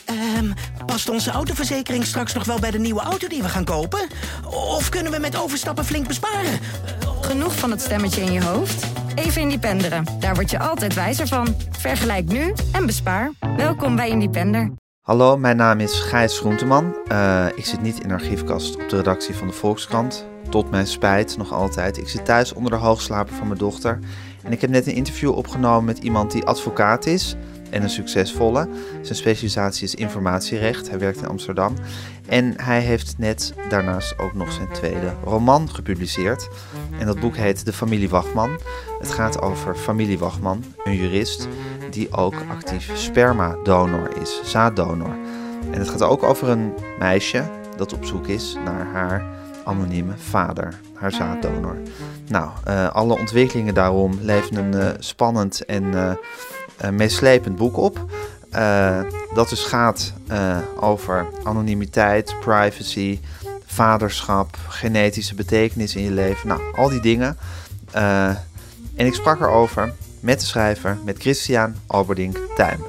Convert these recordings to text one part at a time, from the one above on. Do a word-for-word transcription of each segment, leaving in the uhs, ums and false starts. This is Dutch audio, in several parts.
Um, past onze autoverzekering straks nog wel bij de nieuwe auto die we gaan kopen? Of kunnen we met overstappen flink besparen? Genoeg van het stemmetje in je hoofd? Even Independeren. Daar word je altijd wijzer van. Vergelijk nu en bespaar. Welkom bij Independer. Hallo, mijn naam is Gijs Groenteman. Uh, ik zit niet in de archiefkast op de redactie van de Volkskrant. Tot mijn spijt, nog altijd. Ik zit thuis onder de hoogslaper van mijn dochter. En ik heb net een interview opgenomen met iemand die advocaat is en een succesvolle. Zijn specialisatie is informatierecht. Hij werkt in Amsterdam. En hij heeft net daarnaast ook nog zijn tweede roman gepubliceerd. En dat boek heet De Familie Wachtman. Het gaat over familie Wachtman, een jurist die ook actief spermadonor is, zaaddonor. En het gaat ook over een meisje dat op zoek is naar haar anonieme vader, haar zaaddonor. Nou, uh, alle ontwikkelingen daarom leveren een uh, spannend en uh, uh, meeslepend boek op. Uh, dat dus gaat uh, over anonimiteit, privacy, vaderschap, genetische betekenis in je leven. Nou, al die dingen. Uh, en ik sprak erover met de schrijver, met Christian Alberdink Thijm.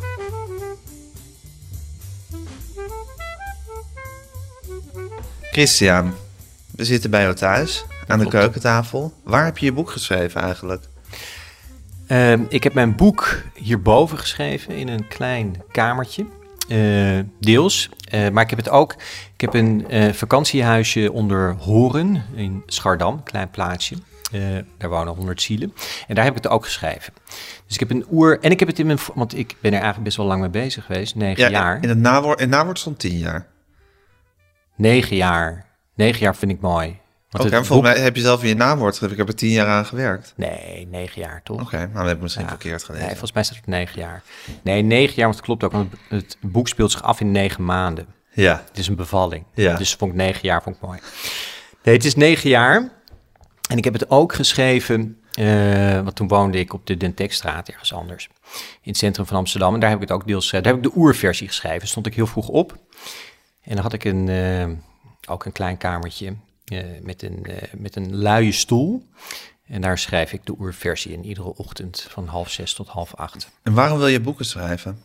Christian, we zitten bij jou thuis aan de keukentafel. Waar heb je je boek geschreven eigenlijk? Uh, ik heb mijn boek hierboven geschreven in een klein kamertje, uh, deels. Uh, maar ik heb het ook, ik heb een uh, vakantiehuisje onder Horen in Schardam, een klein plaatsje. Uh, daar wonen honderd zielen. En daar heb ik het ook geschreven. Dus ik heb een oer... En ik heb het in mijn... Want ik ben er eigenlijk best wel lang mee bezig geweest. Negen ja, jaar. In het nawoord, in het nawoord stond tien jaar. Negen jaar. Negen jaar vind ik mooi. Oké, okay, volgens boek... mij heb je zelf in je naamwoord geschreven. Ik heb er tien jaar aan gewerkt. Nee, negen jaar toch? Oké, okay, nou dan heb ik misschien ja, verkeerd gelezen. Nee, volgens mij staat het negen jaar. Nee, negen jaar, want het klopt ook. Want het boek speelt zich af in negen maanden. Ja. Het is een bevalling. Ja. Dus vond ik negen jaar vond ik mooi. Nee, het is negen jaar. En ik heb het ook geschreven, uh, want toen woonde ik op de Dentekstraat, ergens anders, in het centrum van Amsterdam. En daar heb ik het ook deels geschreven. Daar heb ik de oerversie geschreven. Stond ik heel vroeg op. En dan had ik een, uh, ook een klein kamertje uh, met, een, uh, met een luie stoel. En daar schrijf ik de oerversie in iedere ochtend van half zes tot half acht. En waarom wil je boeken schrijven?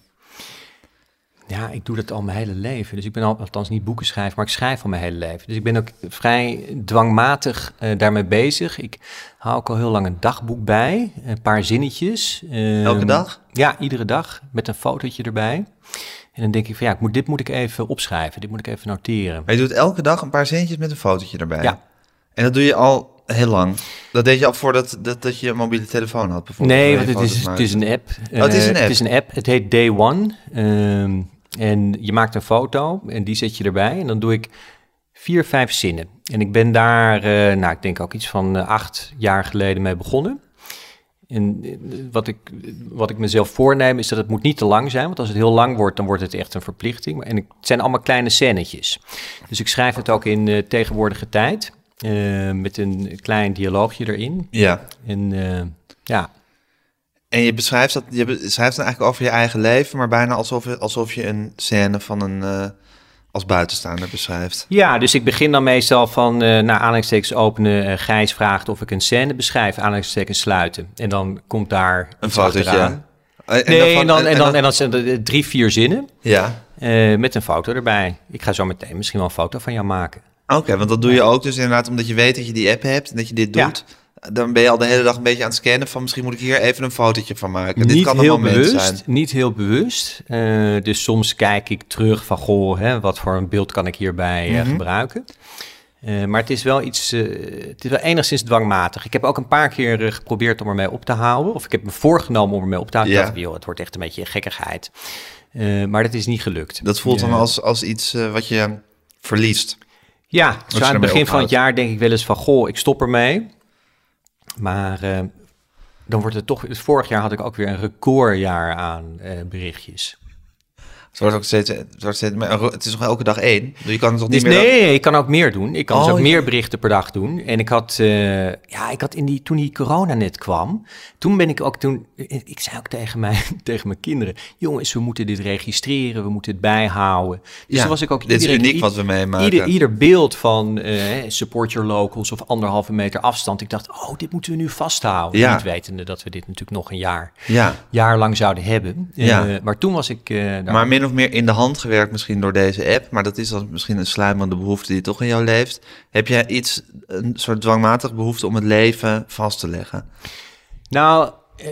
Ja, ik doe dat al mijn hele leven. Dus ik ben al, althans niet boeken schrijven, maar ik schrijf al mijn hele leven. Dus ik ben ook vrij dwangmatig uh, daarmee bezig. Ik hou ook al heel lang een dagboek bij, een paar zinnetjes. Uh, Elke dag? Ja, iedere dag, met een fotootje erbij. En dan denk ik van ja, ik moet, dit moet ik even opschrijven, dit moet ik even noteren. Maar je doet elke dag een paar zinnetjes met een fotootje erbij? Ja. En dat doe je al heel lang? Dat deed je al voordat dat, dat je een mobiele telefoon had bijvoorbeeld? Nee, want het is, het is een app. Oh, het is een app? Uh, het is een app, het heet Day One. Uh, En je maakt een foto en die zet je erbij. En dan doe ik vier, vijf zinnen. En ik ben daar, uh, nou, ik denk ook iets van uh, acht jaar geleden mee begonnen. En uh, wat ik, wat ik mezelf voorneem is dat het moet niet te lang zijn. Want als het heel lang wordt, dan wordt het echt een verplichting. En ik, het zijn allemaal kleine scènetjes. Dus ik schrijf het ook in uh, tegenwoordige tijd. Uh, met een klein dialoogje erin. Ja. En uh, ja... En je beschrijft dat, je beschrijft dan eigenlijk over je eigen leven, maar bijna alsof, alsof je een scène van een uh, als buitenstaander beschrijft. Ja, dus ik begin dan meestal van, uh, naar aanhalingstekens openen, uh, Gijs vraagt of ik een scène beschrijf, aanhalingstekens sluiten. En dan komt daar een fotootje aan. En nee, en dan, en, dan, en, dan, en dan zijn er drie, vier zinnen. Ja. Uh, met een foto erbij. Ik ga zo meteen misschien wel een foto van jou maken. Oké, okay, want dat doe je ook dus inderdaad omdat je weet dat je die app hebt en dat je dit doet. Ja. Dan ben je al de hele dag een beetje aan het scannen van misschien moet ik hier even een fotootje van maken. Niet Dit kan heel een moment bewust, zijn. Niet heel bewust. Uh, dus soms kijk ik terug van, goh, hè, wat voor een beeld kan ik hierbij uh, mm-hmm. gebruiken. Uh, maar het is wel iets, uh, het is wel enigszins dwangmatig. Ik heb ook een paar keer uh, geprobeerd om ermee op te houden. Of ik heb me voorgenomen om ermee op te houden. Ja. Ik dacht, joh, het wordt echt een beetje gekkigheid. Uh, maar dat is niet gelukt. Dat voelt uh, dan als, als iets uh, wat je verliest. Ja, zo aan het begin ophoudt. Van het jaar denk ik wel eens van, goh, ik stop ermee. Maar uh, dan wordt het toch... Vorig jaar had ik ook weer een recordjaar aan uh, berichtjes. Het wordt ook steeds, het, wordt steeds maar het is nog elke dag één. Je kan het toch niet dus meer... Nee, dat... ik kan ook meer doen. Ik kan oh, dus ook ja. meer berichten per dag doen. En ik had, uh, ja, ik had in die, toen die corona net kwam, toen ben ik ook toen, ik zei ook tegen mijn, tegen mijn kinderen, jongens, we moeten dit registreren, we moeten het bijhouden. Dus ja, toen was ik ook dit iedereen, is uniek ieder, wat we meemaken. Ieder, ieder beeld van uh, support your locals of anderhalve meter afstand. Ik dacht, oh, dit moeten we nu vasthouden. Ja. Niet wetende dat we dit natuurlijk nog een jaar, ja. jaar lang zouden hebben. Ja. Uh, maar toen was ik... Uh, maar min min of meer in de hand gewerkt misschien door deze app, maar dat is dan misschien een sluimerende behoefte die toch in jou leeft. Heb jij iets, een soort dwangmatige behoefte om het leven vast te leggen? Nou,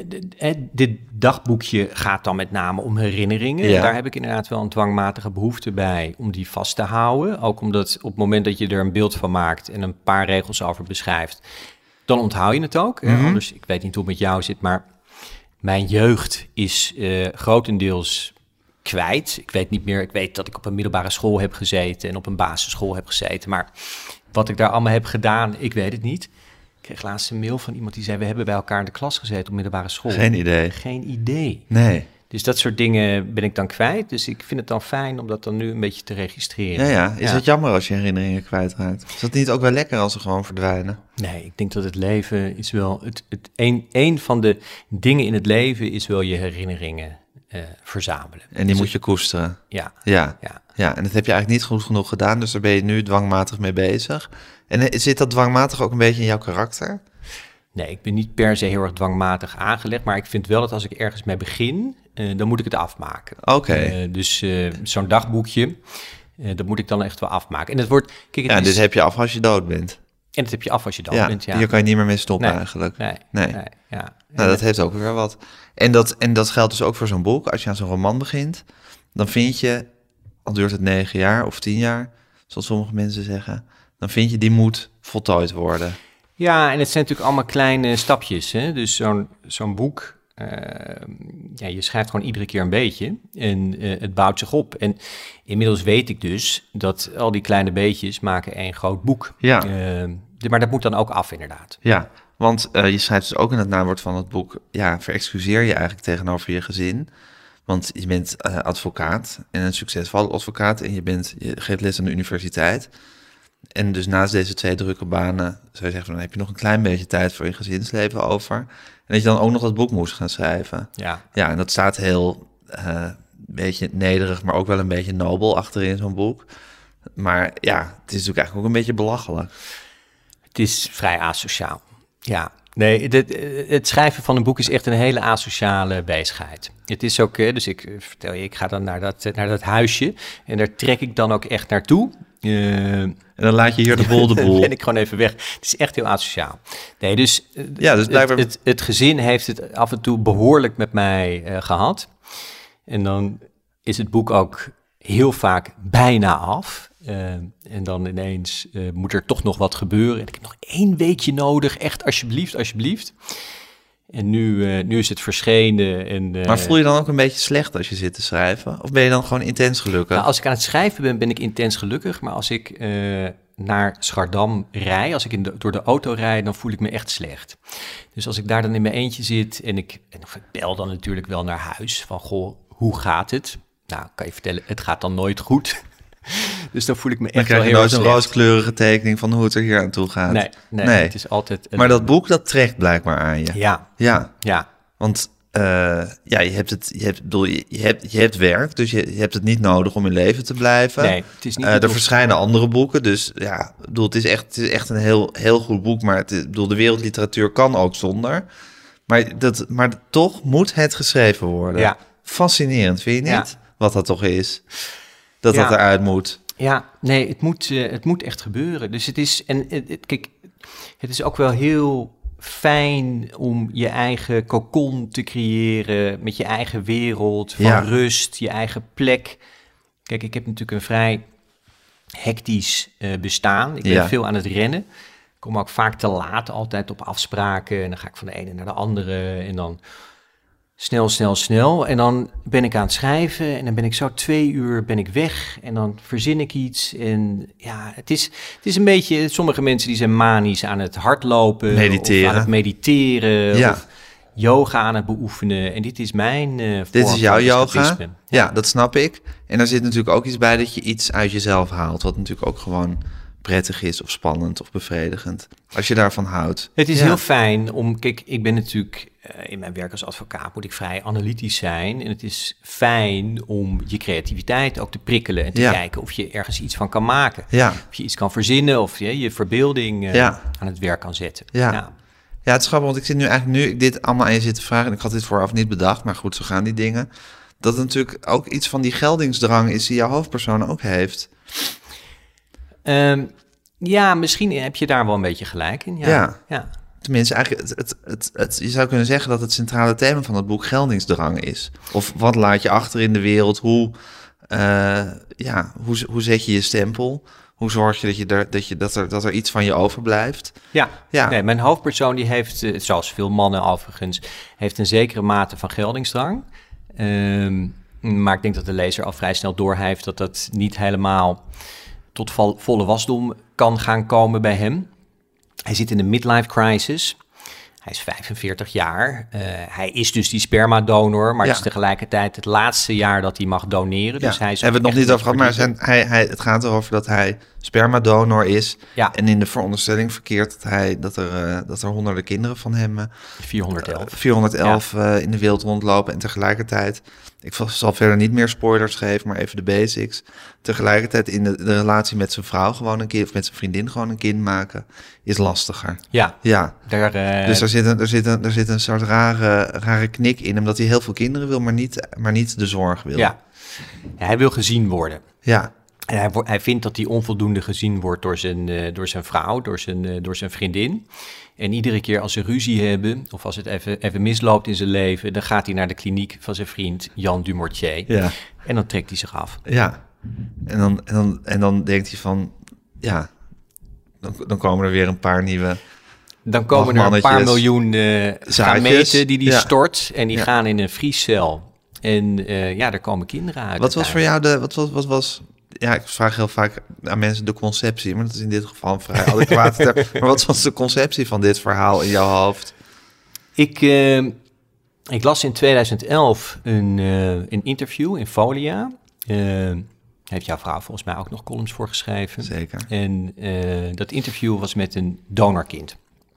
dit dagboekje gaat dan met name om herinneringen. Ja. Daar heb ik inderdaad wel een dwangmatige behoefte bij om die vast te houden. Ook omdat op het moment dat je er een beeld van maakt en een paar regels over beschrijft, dan onthoud je het ook. Mm-hmm. Anders, ik weet niet hoe het met jou zit, maar mijn jeugd is uh, grotendeels kwijt. Ik weet niet meer, ik weet dat ik op een middelbare school heb gezeten en op een basisschool heb gezeten, maar wat ik daar allemaal heb gedaan, ik weet het niet. Ik kreeg laatst een mail van iemand die zei, we hebben bij elkaar in de klas gezeten op middelbare school. Geen idee. Geen idee. Nee. Dus dat soort dingen ben ik dan kwijt. Dus ik vind het dan fijn om dat dan nu een beetje te registreren. Ja, ja. Is ja. het jammer als je herinneringen kwijtraakt? Is dat niet ook wel lekker als ze gewoon verdwijnen? Nee, ik denk dat het leven is wel... Het, het, een, een van de dingen in het leven is wel je herinneringen uh, verzamelen. En die dus moet het, je koesteren. Ja. Ja. ja. Ja, en dat heb je eigenlijk niet goed genoeg gedaan. Dus daar ben je nu dwangmatig mee bezig. En zit dat dwangmatig ook een beetje in jouw karakter? Nee, ik ben niet per se heel erg dwangmatig aangelegd, maar ik vind wel dat als ik ergens mee begin, uh, dan moet ik het afmaken. Oké. Okay. Uh, dus uh, zo'n dagboekje, uh, dat moet ik dan echt wel afmaken. En het wordt... Kijk, het ja, is, dus heb je af als je dood bent. En dat heb je af als je dood ja, bent, ja. Hier kan je niet meer mee stoppen nee, eigenlijk. Nee, nee. nee ja. Nou, dat heeft ook weer wat. En dat, en dat geldt dus ook voor zo'n boek. Als je aan zo'n roman begint, dan vind je, al duurt het negen jaar of tien jaar, zoals sommige mensen zeggen, dan vind je die moet voltooid worden. Ja, en het zijn natuurlijk allemaal kleine stapjes. Hè? Dus zo'n, zo'n boek, uh, ja, je schrijft gewoon iedere keer een beetje en uh, het bouwt zich op. En inmiddels weet ik dus dat al die kleine beetjes maken één groot boek. Ja. Uh, de, maar dat moet dan ook af, inderdaad. Ja, want uh, je schrijft dus ook in het nawoord van het boek, ja, verexcuseer je eigenlijk tegenover je gezin. Want je bent uh, advocaat en een succesvol advocaat en je, bent, je geeft les aan de universiteit. En dus naast deze twee drukke banen zou je zeggen, van, dan heb je nog een klein beetje tijd voor je gezinsleven over. En dat je dan ook nog dat boek moest gaan schrijven. Ja, ja en dat staat heel, uh, een beetje nederig, maar ook wel een beetje nobel achterin zo'n boek. Maar ja, het is natuurlijk eigenlijk ook een beetje belachelijk. Het is vrij asociaal, ja. Nee, het, het schrijven van een boek is echt een hele asociale bezigheid. Het is ook, dus ik vertel je, ik ga dan naar dat, naar dat huisje en daar trek ik dan ook echt naartoe. Uh, en dan laat je hier de boel de boel. Dan ben ik gewoon even weg. Het is echt heel asociaal. Nee, dus, ja, dus blijkbaar... het, het, het gezin heeft het af en toe behoorlijk met mij uh, gehad. En dan is het boek ook heel vaak bijna af. Uh, en dan ineens uh, moet er toch nog wat gebeuren. En ik heb nog één weekje nodig. Echt, alsjeblieft, alsjeblieft. En nu, uh, nu is het verschenen. En, uh, maar voel je dan ook een beetje slecht als je zit te schrijven? Of ben je dan gewoon intens gelukkig? Nou, als ik aan het schrijven ben, ben ik intens gelukkig. Maar als ik uh, naar Schardam rij, als ik in de, door de auto rijd, dan voel ik me echt slecht. Dus als ik daar dan in mijn eentje zit en ik, en of ik bel dan natuurlijk wel naar huis. Van, goh, hoe gaat het? Nou, kan je vertellen, het gaat dan nooit goed. Dus dan voel ik me echt wel heel slecht. Dan krijg je nooit een rooskleurige tekening van hoe het er hier aan toe gaat. Nee, nee, nee. Het is altijd... Een... Maar dat boek, dat trekt blijkbaar aan je. Ja. Ja. Ja. Want uh, ja, je hebt het, je hebt, bedoel, je, je, hebt, je hebt werk, dus je, je hebt het niet nodig om in leven te blijven. Nee, het is niet... Uh, er of... verschijnen andere boeken, dus ja, bedoel, het is echt, het is echt een heel, heel goed boek. Maar het is, bedoel, de wereldliteratuur kan ook zonder. Maar, dat, maar toch moet het geschreven worden. Ja. Fascinerend, vind je niet? Ja. Wat dat toch is? Dat ja. dat eruit moet. Ja, nee, het moet, uh, het moet echt gebeuren. Dus het is, en het, het, kijk, het is ook wel heel fijn om je eigen cocon te creëren met je eigen wereld van ja. rust, je eigen plek. Kijk, ik heb natuurlijk een vrij hectisch uh, bestaan. Ik ben ja. veel aan het rennen. Ik kom ook vaak te laat altijd op afspraken en dan ga ik van de ene naar de andere en dan... Snel, snel, snel. En dan ben ik aan het schrijven en dan ben ik zo twee uur ben ik weg en dan verzin ik iets. En ja, het is, het is een beetje, sommige mensen die zijn manisch aan het hardlopen. Mediteren. Of aan het mediteren. Ja. Of yoga aan het beoefenen. En dit is mijn uh, vorm Dit is jouw yoga? Ja. ja, dat snap ik. En daar zit natuurlijk ook iets bij dat je iets uit jezelf haalt. Wat natuurlijk ook gewoon prettig is of spannend of bevredigend. Als je daarvan houdt. Het is ja. heel fijn om... Kijk, ik ben natuurlijk... Uh, in mijn werk als advocaat moet ik vrij analytisch zijn. En het is fijn om je creativiteit ook te prikkelen. En te ja. kijken of je ergens iets van kan maken. Ja. Of je iets kan verzinnen. Of je, je verbeelding uh, ja. aan het werk kan zetten. Ja. Ja. ja, het is grappig. Want ik zit nu eigenlijk nu... Ik dit allemaal aan je zit te vragen. En ik had dit vooraf niet bedacht. Maar goed, zo gaan die dingen. dat het natuurlijk ook iets van die geldingsdrang is die jouw hoofdpersoon ook heeft. Um, ja, misschien heb je daar wel een beetje gelijk in. Ja. Ja. ja. Tenminste, eigenlijk, het, het, het, het, je zou kunnen zeggen dat het centrale thema van het boek geldingsdrang is. Of wat laat je achter in de wereld? Hoe, uh, ja, hoe, hoe zet je je stempel? Hoe zorg je dat, je er, dat, je, dat, er, dat er iets van je overblijft? Ja, ja. Nee, mijn hoofdpersoon die heeft, zoals veel mannen overigens, heeft een zekere mate van geldingsdrang. Um, maar ik denk dat de lezer al vrij snel doorheeft dat dat niet helemaal tot val, volle wasdom kan gaan komen bij hem. Hij zit in de midlife crisis. Hij is vijfenveertig jaar. Uh, hij is dus die spermadonor, maar ja. Het is tegelijkertijd het laatste jaar dat hij mag doneren. Ja. Dus hij is hebben we het nog niet over gehad, maar zijn, hij, hij, het gaat erover dat hij spermadonor is. Ja. En in de veronderstelling verkeert dat, hij, dat, er, uh, dat er honderden kinderen van hem... Uh, vierhonderd elf. Uh, vierhonderdelf ja. uh, in de wereld rondlopen. En tegelijkertijd, ik zal verder niet meer spoilers geven, maar even de basics. Tegelijkertijd in de, de relatie met zijn vrouw gewoon een kind, of met zijn vriendin gewoon een kind maken, is lastiger. Ja. ja. Daar, uh... Dus er zit, een, er, zit een, er zit een soort rare, rare knik in, omdat hij heel veel kinderen wil, maar niet, maar niet de zorg wil. Ja. Ja, hij wil gezien worden. Ja. En hij, hij vindt dat hij onvoldoende gezien wordt door zijn, uh, door zijn vrouw, door zijn, uh, door zijn vriendin. En iedere keer als ze ruzie hebben, of als het even, even misloopt in zijn leven, dan gaat hij naar de kliniek van zijn vriend Jan Dumortier. Ja. En dan trekt hij zich af. Ja. En dan, en dan, en dan denkt hij van, ja, dan, dan komen er weer een paar nieuwe... Dan komen er een paar miljoen uh, gameten die die ja. stort en die ja. gaan in een vriescel. En uh, ja, er komen kinderen uit. Wat was voor jou de, wat was, wat was, ja, ik vraag heel vaak aan mensen de conceptie, maar dat is in dit geval een vrij adequaat term. Maar wat was de conceptie van dit verhaal in jouw hoofd? Ik, uh, ik las in tweeduizend elf een, uh, een interview in Folia. Uh, heeft jouw vrouw volgens mij ook nog columns voor geschreven. Zeker. En uh, dat interview was met een donorkind.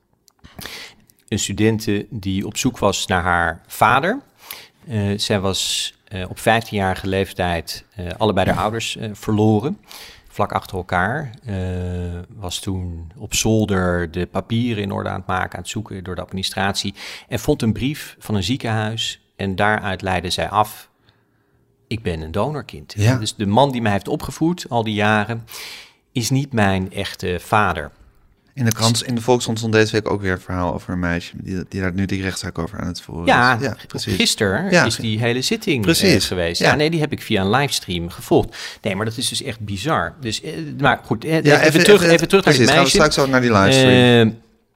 Een studente die op zoek was naar haar vader. Uh, zij was uh, op vijftienjarige leeftijd uh, allebei haar ouders uh, verloren. Vlak achter elkaar. Uh, was toen op zolder de papieren in orde aan het maken, aan het zoeken door de administratie. En vond een brief van een ziekenhuis. En daaruit leidde zij af, ik ben een donorkind. Ja. Dus de man die mij heeft opgevoed al die jaren, is niet mijn echte vader. In de krant, in de Volkskrant stond deze week ook weer een verhaal over een meisje die, die daar nu die rechtszaak over aan het voeren ja, is. Ja, precies. Gisteren ja. is die hele zitting precies. Uh, geweest. Ja. ja, nee, die heb ik via een livestream gevolgd. Nee, maar dat is dus echt bizar. Dus, uh, maar goed, uh, ja, even, even terug, even, even terug precies, naar die meisje. Gaan we straks ook naar die livestream. Uh,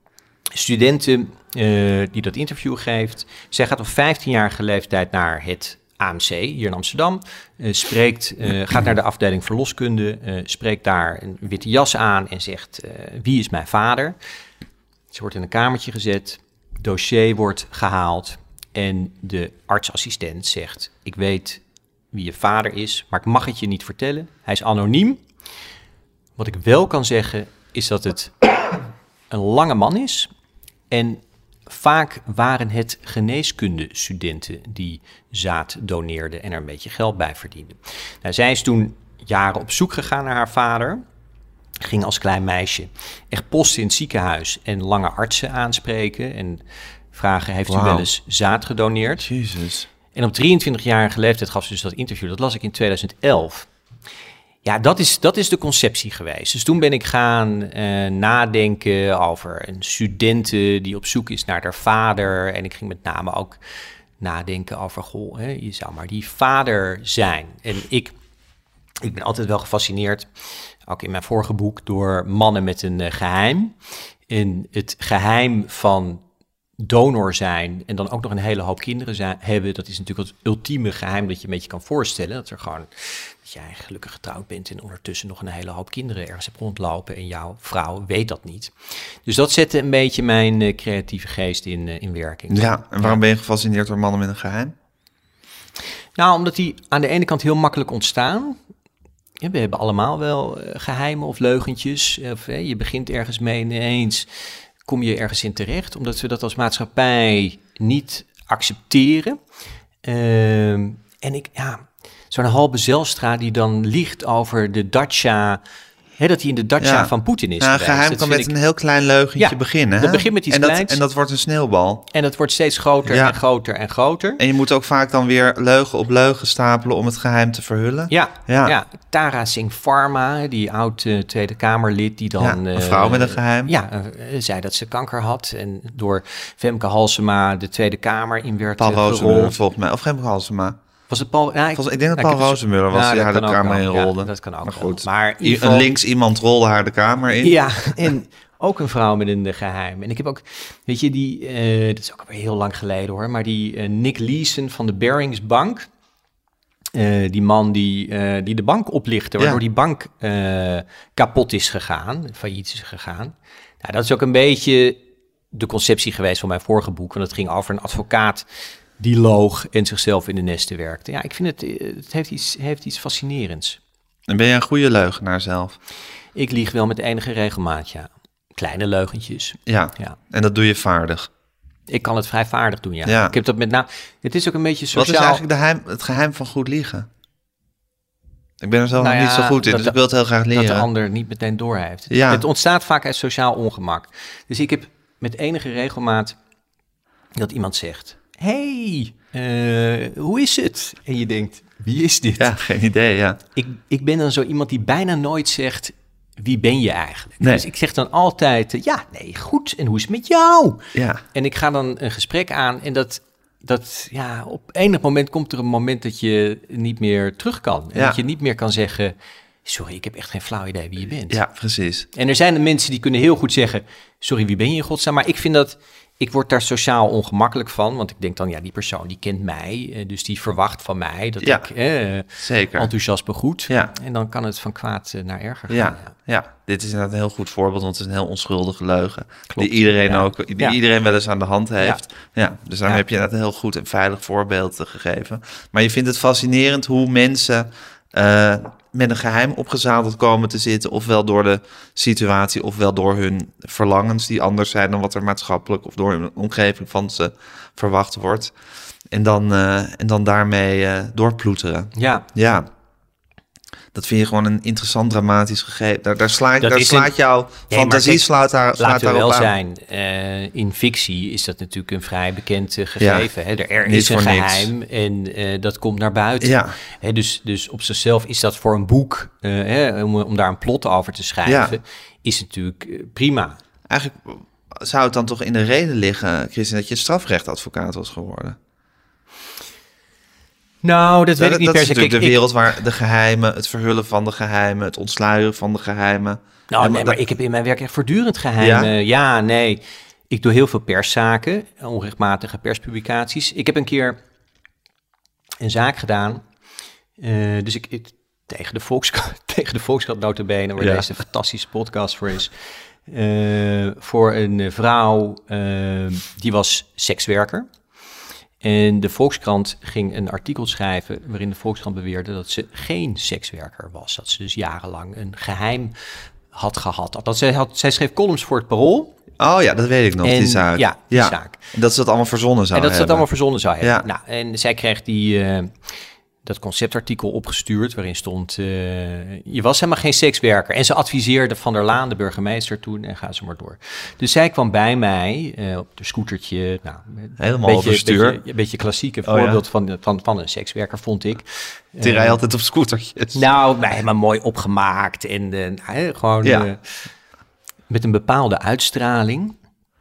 studenten uh, die dat interview geeft. Zij gaat op vijftienjarige leeftijd naar het A M C hier in Amsterdam, uh, spreekt, uh, gaat naar de afdeling verloskunde, uh, spreekt daar een witte jas aan en zegt, uh, wie is mijn vader? Ze wordt in een kamertje gezet, dossier wordt gehaald en de artsassistent zegt, ik weet wie je vader is, maar ik mag het je niet vertellen. Hij is anoniem. Wat ik wel kan zeggen is dat het een lange man is en vaak waren het geneeskundestudenten die zaad doneerden en er een beetje geld bij verdienden. Nou, zij is toen jaren op zoek gegaan naar haar vader. Ging als klein meisje echt posten in het ziekenhuis en lange artsen aanspreken en vragen, heeft wow. u wel eens zaad gedoneerd? Jezus. En op drieëntwintigjarige leeftijd gaf ze dus dat interview. Dat las ik in tweeduizend elf. Ja, dat is, dat is de conceptie geweest. Dus toen ben ik gaan uh, nadenken over een studente die op zoek is naar haar vader. En ik ging met name ook nadenken over, goh, hè, je zou maar die vader zijn. En ik, ik ben altijd wel gefascineerd, ook in mijn vorige boek, door mannen met een uh, geheim. En het geheim van donor zijn en dan ook nog een hele hoop kinderen zijn, hebben, dat is natuurlijk het ultieme geheim dat je een beetje kan voorstellen. Dat er gewoon, dat jij gelukkig getrouwd bent en ondertussen nog een hele hoop kinderen ergens hebt rondlopen en jouw vrouw weet dat niet. Dus dat zette een beetje mijn uh, creatieve geest in, uh, in werking. Ja, en waarom ben je gefascineerd door mannen met een geheim? Nou, omdat die aan de ene kant heel makkelijk ontstaan. Ja, we hebben allemaal wel uh, geheimen of leugentjes. Of, uh, je begint ergens mee ineens kom je ergens in terecht, omdat we dat als maatschappij niet accepteren. Uh, en ik, ja, zo'n Halbe Zijlstra die dan liegt over de dacha Hè, dat hij in de dacha Ja. van Poetin is Nou, een geweest. geheim Dat kan vind met ik- een heel klein leugentje Ja, beginnen. dat hè? begint met iets en dat, kleins. En dat wordt een sneeuwbal. En dat wordt steeds groter Ja. en groter en groter. En je moet ook vaak dan weer leugen op leugen stapelen om het geheim te verhullen. Ja, Ja. ja. Tara Singh Pharma, die oud uh, Tweede Kamerlid, die dan... Ja, een uh, vrouw met een geheim. Ja, uh, zei dat ze kanker had en door Femke Halsema de Tweede Kamer in werd Paul uh, Rozenmuller gerold. volgens mij. Of Gemke Halsema. Was het Paul? Ja, ik, Volgens, ik denk dat nou, Paul ik heb- Rozenmuller was Nou, die dat haar de kan ook kamer wel. in rolde. Ja, dat kan ook Maar wel. goed, Maar in I- ieder geval- een links iemand rolde haar de kamer in. Ja, en ook een vrouw met een geheim. En ik heb ook, weet je, die, uh, dat is ook alweer heel lang geleden hoor, maar die uh, Nick Leeson van de Barings Bank, uh, die man die, uh, die de bank oplichtte, waardoor Ja. die bank uh, kapot is gegaan, failliet is gegaan. Nou, dat is ook een beetje de conceptie geweest van mijn vorige boek, want het ging over een advocaat die loog en zichzelf in de nesten werkte. Ja, ik vind het, het heeft iets, heeft iets fascinerends. En ben je een goede leugenaar zelf? Ik lieg wel met enige regelmaat, ja. Kleine leugentjes. Ja. Ja. En dat doe je vaardig. Ik kan het vrij vaardig doen, ja. Ja. Ik heb dat met name... Het is ook een beetje sociaal... Wat is eigenlijk de geheim, het geheim van goed liegen? Ik ben er zelf Nou nog ja, niet zo goed in, dat dus de- ik wil het heel graag leren. dat de ander niet meteen doorheeft. Ja. Het ontstaat vaak uit sociaal ongemak. Dus ik heb met enige regelmaat dat iemand zegt... Hey, eh, hoe is het? En je denkt, wie is dit? Ja, geen idee, ja. Ik, ik ben dan zo iemand die bijna nooit zegt... Wie ben je eigenlijk? Nee. Dus ik zeg dan altijd... eh, ja, nee, goed. En hoe is het met jou? Ja, En ik ga dan een gesprek aan en dat, dat ja, op enig moment komt er een moment dat je niet meer terug kan. En Ja. dat je niet meer kan zeggen, sorry, ik heb echt geen flauw idee wie je bent. ja, precies. En er zijn de mensen die kunnen heel goed zeggen, sorry, wie ben je in godsnaam? Maar ik vind dat, ik word daar sociaal ongemakkelijk van, want ik denk dan, ja, die persoon die kent mij, eh, dus die verwacht van mij dat Ja. ik eh, Zeker. enthousiast begroet. Ja. En dan kan het van kwaad eh, naar erger gaan. Ja, ja, dit is inderdaad een heel goed voorbeeld, want het is een heel onschuldige leugen. Klopt, Die iedereen ja. ook, die Ja. iedereen wel eens aan de hand heeft. Ja, dus daarom Ja. heb je inderdaad een heel goed en veilig voorbeeld eh, gegeven. Maar je vindt het fascinerend hoe mensen uh, met een geheim opgezadeld komen te zitten, ofwel door de situatie, ofwel door hun verlangens die anders zijn dan wat er maatschappelijk of door hun omgeving van ze verwacht wordt. En dan, uh, en dan daarmee uh, doorploeteren. Ja. Ja. Dat vind je gewoon een interessant dramatisch gegeven. Daar, daar, sla, Dat daar is slaat een- jouw Nee, fantasie maar kijk, slaat daar, slaat Laten we daarop wel aan. zijn, uh, in fictie is dat natuurlijk een vrij bekend uh, gegeven. Ja, hè? Er, er niet is een voor niks. geheim en uh, dat komt naar buiten. Ja. Hè, dus, dus op zichzelf is dat voor een boek, uh, hè, om, om daar een plot over te schrijven, Ja. is natuurlijk uh, prima. Eigenlijk zou het dan toch in de reden liggen, Christine, dat je strafrechtadvocaat was geworden. Nou, dat weet dat ik niet dat per is se. natuurlijk Kijk, de ik- wereld waar de geheimen, het verhullen van de geheimen, het ontsluieren van de geheimen. Nou, En nee, dat- maar ik heb in mijn werk echt voortdurend geheimen. Ja? ja, nee. Ik doe heel veel perszaken, onrechtmatige perspublicaties. Ik heb een keer een zaak gedaan. Uh, dus ik, ik tegen de Volkskrant, tegen de Volkskrant nota bene, waar Ja. deze fantastische podcast voor is. Uh, voor een vrouw, uh, die was sekswerker. En de Volkskrant ging een artikel schrijven waarin de Volkskrant beweerde dat ze geen sekswerker was. Dat ze dus jarenlang een geheim had gehad. Dat zij, had, zij schreef columns voor het Parool. Oh ja, dat weet ik nog, En- die zaak. ja, die zaak. En dat ze dat allemaal verzonnen zou En dat ze dat hebben. allemaal verzonnen zou hebben. Ja. Nou, en zij kreeg die, uh, dat conceptartikel opgestuurd waarin stond... Uh, je was helemaal geen sekswerker. En ze adviseerde Van der Laan, de burgemeester toen, en ga zo maar door. Dus zij kwam bij mij uh, op de scootertje. Nou, Helemaal beetje, overstuur. Beetje, een beetje klassieke Oh, ja. voorbeeld van, van, van een sekswerker, vond ik. Die Uh, rijdt altijd op scootertjes. Nou, nee, helemaal mooi opgemaakt. En uh, nou, gewoon Ja. uh, met een bepaalde uitstraling.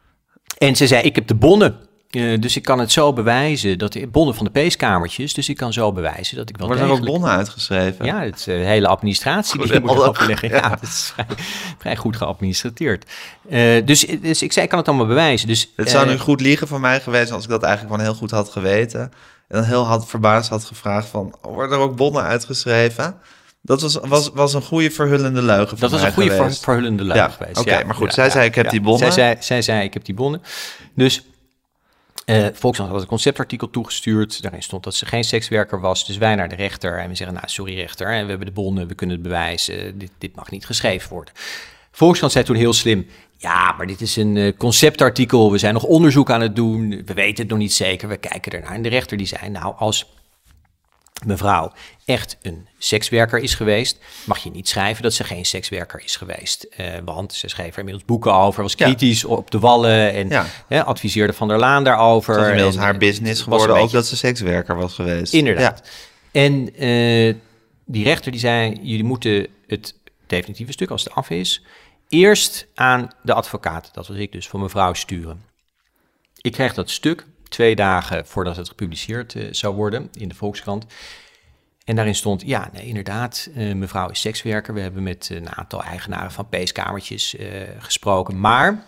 En ze zei, ik heb de bonnen. Uh, dus ik kan het zo bewijzen, dat de bonnen van de peeskamertjes. Dus ik kan zo bewijzen dat ik wel Worden er ook degelijk... bonnen uitgeschreven? Ja, het uh, hele administratie die je moet afleggen. Ja, dat is vrij, vrij goed geadministreerd. Uh, dus, dus ik zei, ik kan het allemaal bewijzen. Dus, Het zou uh, nu goed liegen van mij geweest als ik dat eigenlijk gewoon heel goed had geweten. En dan heel had, verbaasd had gevraagd van, worden er ook bonnen uitgeschreven? Dat was, was, was een goede verhullende leugen van Dat was mij een goede ver, geweest. verhullende leugen Ja, geweest. oké, ja. maar goed, Ja, zij ja, zei, ik heb ja. die bonnen. Zij zei, zij zei, ik heb die bonnen. Dus uh, Volkskrant had een conceptartikel toegestuurd. Daarin stond dat ze geen sekswerker was. Dus wij naar de rechter en we zeggen, nou, sorry rechter, we hebben de bonnen, we kunnen het bewijzen. Dit, dit mag niet geschreven worden. Volkskrant zei toen heel slim, ja, maar dit is een uh, conceptartikel. We zijn nog onderzoek aan het doen. We weten het nog niet zeker. We kijken ernaar. En de rechter die zei, nou, als mevrouw echt een sekswerker is geweest, mag je niet schrijven dat ze geen sekswerker is geweest. Uh, want ze schreef er inmiddels boeken over, was kritisch ja. op de wallen en ja. hè, adviseerde Van der Laan daarover. Het was inmiddels en, haar business geworden, ook dat ze sekswerker was geweest. Inderdaad. Ja. En uh, die rechter die zei, jullie moeten het definitieve stuk, als het af is, eerst aan de advocaat, dat was ik dus, van mevrouw sturen. Ik kreeg dat stuk twee dagen voordat het gepubliceerd uh, zou worden in de Volkskrant. En daarin stond, ja, nee, inderdaad, uh, mevrouw is sekswerker. We hebben met een aantal eigenaren van peeskamertjes uh, gesproken. Maar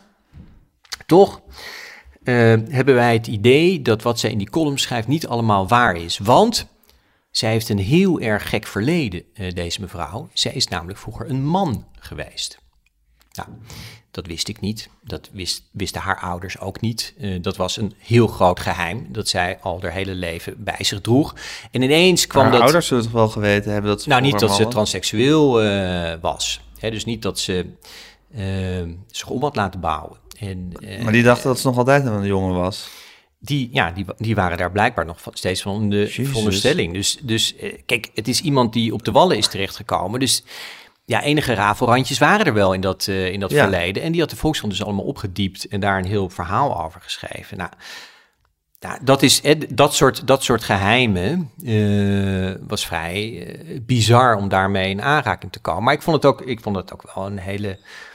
toch uh, hebben wij het idee dat wat zij in die column schrijft niet allemaal waar is. Want zij heeft een heel erg gek verleden, uh, deze mevrouw. Zij is namelijk vroeger een man geweest. Nou, dat wist ik niet. Dat wist, wisten haar ouders ook niet. Uh, dat was een heel groot geheim dat zij al haar hele leven bij zich droeg. En ineens kwam haar dat... Haar ouders zullen toch wel geweten hebben dat ze... Nou, niet dat mannen? ze transseksueel uh, was. Hè, dus niet dat ze uh, zich om had laten bouwen. En, uh, maar die dachten dat ze nog altijd een jongen was. Die, ja, die, die waren daar blijkbaar nog steeds van de veronderstelling. Dus, dus uh, kijk, het is iemand die op de wallen is terechtgekomen. Dus ja, enige rafelrandjes waren er wel in dat, uh, in dat ja. verleden. En die had de Volkskrant dus allemaal opgediept en daar een heel verhaal over geschreven. Nou, nou dat, is, dat, soort, dat soort geheimen uh, was vrij uh, bizar om daarmee in aanraking te komen. Maar ik vond het ook, ik vond het ook wel een hele...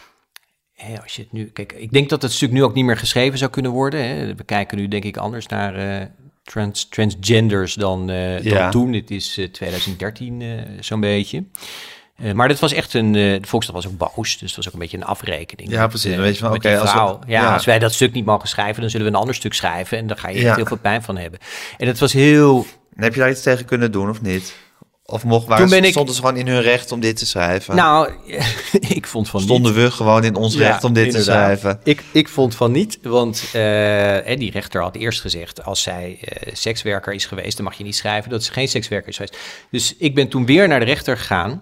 Hè, als je het nu, kijk, ik denk dat het stuk nu ook niet meer geschreven zou kunnen worden. Hè. We kijken nu denk ik anders naar uh, trans, transgenders dan, uh, ja. dan toen. Het is uh, twintig dertien uh, zo'n beetje. Uh, maar dit was echt een... Uh, de Volkskrant was ook boos, dus het was ook een beetje een afrekening. Ja, precies. Met, uh, weet je van, oké, okay, als, we, ja, ja. als wij dat stuk niet mogen schrijven, dan zullen we een ander stuk schrijven. En daar ga je ja. echt heel veel pijn van hebben. En het was heel... En heb je daar iets tegen kunnen doen of niet? Of mocht, waar stonden ik... ze gewoon in hun recht om dit te schrijven? Nou, ik vond van Stonden niet. we gewoon in ons recht ja, om dit inderdaad. te schrijven? Ik, ik vond van niet, want uh, die rechter had eerst gezegd... als zij uh, sekswerker is geweest, dan mag je niet schrijven dat ze geen sekswerker is geweest. Dus ik ben toen weer naar de rechter gegaan.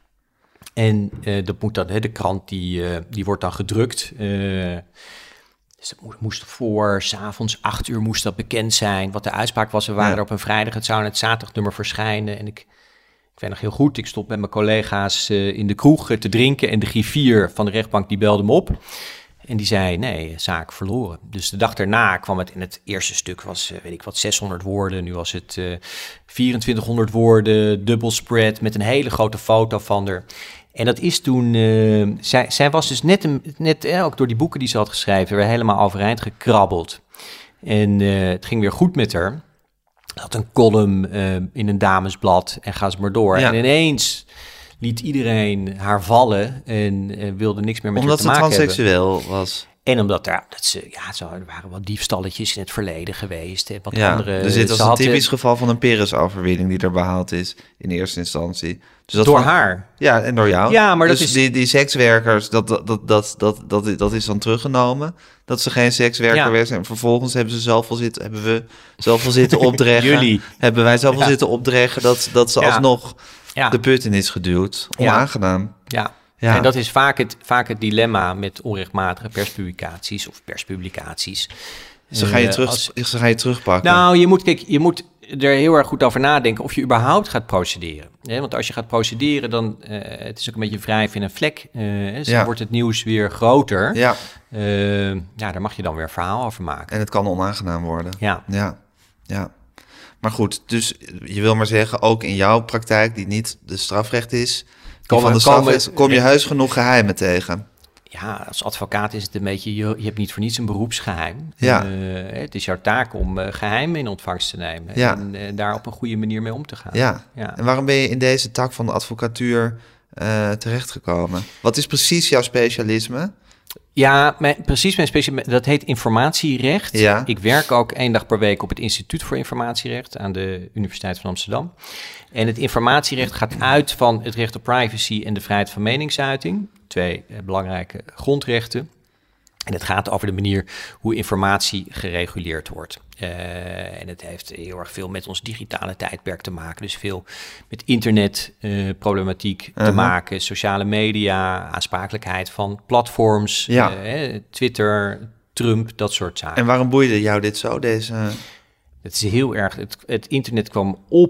En uh, dat moet dan, hè, de krant die, uh, die wordt dan gedrukt. Uh, dus dat moest voor, 's avonds acht uur moest dat bekend zijn. Wat de uitspraak was, we waren ja. er op een vrijdag. Het zou in het zaterdagnummer verschijnen. En ik, ik weet nog heel goed, ik stond met mijn collega's uh, in de kroeg uh, te drinken. En de griffier van de rechtbank die belde me op. En die zei, nee, zaak verloren. Dus de dag daarna kwam het in het eerste stuk, was, uh, weet ik wat, zeshonderd woorden. Nu was het uh, vierentwintighonderd woorden, dubbel spread met een hele grote foto van haar. En dat is toen, uh, zij, zij was dus net, een, net eh, ook door die boeken die ze had geschreven, weer helemaal overeind gekrabbeld. En uh, het ging weer goed met haar. Ze had een column uh, in een damesblad en ga ze maar door. Ja. En ineens liet iedereen haar vallen en uh, wilde niks meer met Omdat haar te maken hebben. Omdat ze transseksueel was. En omdat er, dat ze, ja, zo, er waren wat diefstalletjes in het verleden geweest. En wat ja, andere, dus dit was een had, typisch geval van een Pyrrhus-overwinning die er behaald is in eerste instantie. Dus dat door van, haar? Ja, en door jou. Ja, maar dus dat is... die, die sekswerkers, dat, dat, dat, dat, dat, dat, dat is dan teruggenomen. Dat ze geen sekswerker ja. werd. En vervolgens hebben ze zoveel zitten, hebben we zoveel zitten opdreggen. Jullie. Hebben wij zoveel ja. zitten opdreggen dat, dat ze ja. alsnog ja. de put in is geduwd. Onaangenaam. Ja. ja. Ja. En dat is vaak het, vaak het dilemma met onrechtmatige perspublicaties of perspublicaties. Ze gaan je, terug, als, ze gaan je terugpakken. Nou, je moet, kijk, je moet er heel erg goed over nadenken of je überhaupt gaat procederen. Ja, want als je gaat procederen, dan uh, het is ook een beetje wrijf in een vlek. Uh, dus ja. dan wordt het nieuws weer groter. Ja. Uh, ja, daar mag je dan weer een verhaal over maken. En het kan onaangenaam worden. Ja. Ja, ja. Maar goed, dus je wil maar zeggen, ook in jouw praktijk, die niet de strafrecht is... Kom, van de straf is, kom je heus genoeg geheimen tegen. Ja, als advocaat is het een beetje... Je, je hebt niet voor niets een beroepsgeheim. Ja. Uh, het is jouw taak om uh, geheimen in ontvangst te nemen. Ja. En uh, daar op een goede manier mee om te gaan. Ja. ja. En waarom ben je in deze tak van de advocatuur uh, terechtgekomen? Wat is precies jouw specialisme? Ja, mijn, precies mijn specialisme. Dat heet informatierecht. Ja. Ik werk ook één dag per week op het Instituut voor Informatierecht aan de Universiteit van Amsterdam. En het informatierecht gaat uit van het recht op privacy en de vrijheid van meningsuiting. Twee eh, belangrijke grondrechten. En het gaat over de manier hoe informatie gereguleerd wordt. Uh, en het heeft heel erg veel met ons digitale tijdperk te maken. Dus veel met internetproblematiek uh, uh-huh. te maken. Sociale media, aansprakelijkheid van platforms. Ja. Uh, Twitter, Trump, dat soort zaken. En waarom boeide jou dit zo, deze... Het is heel erg... Het, het internet kwam op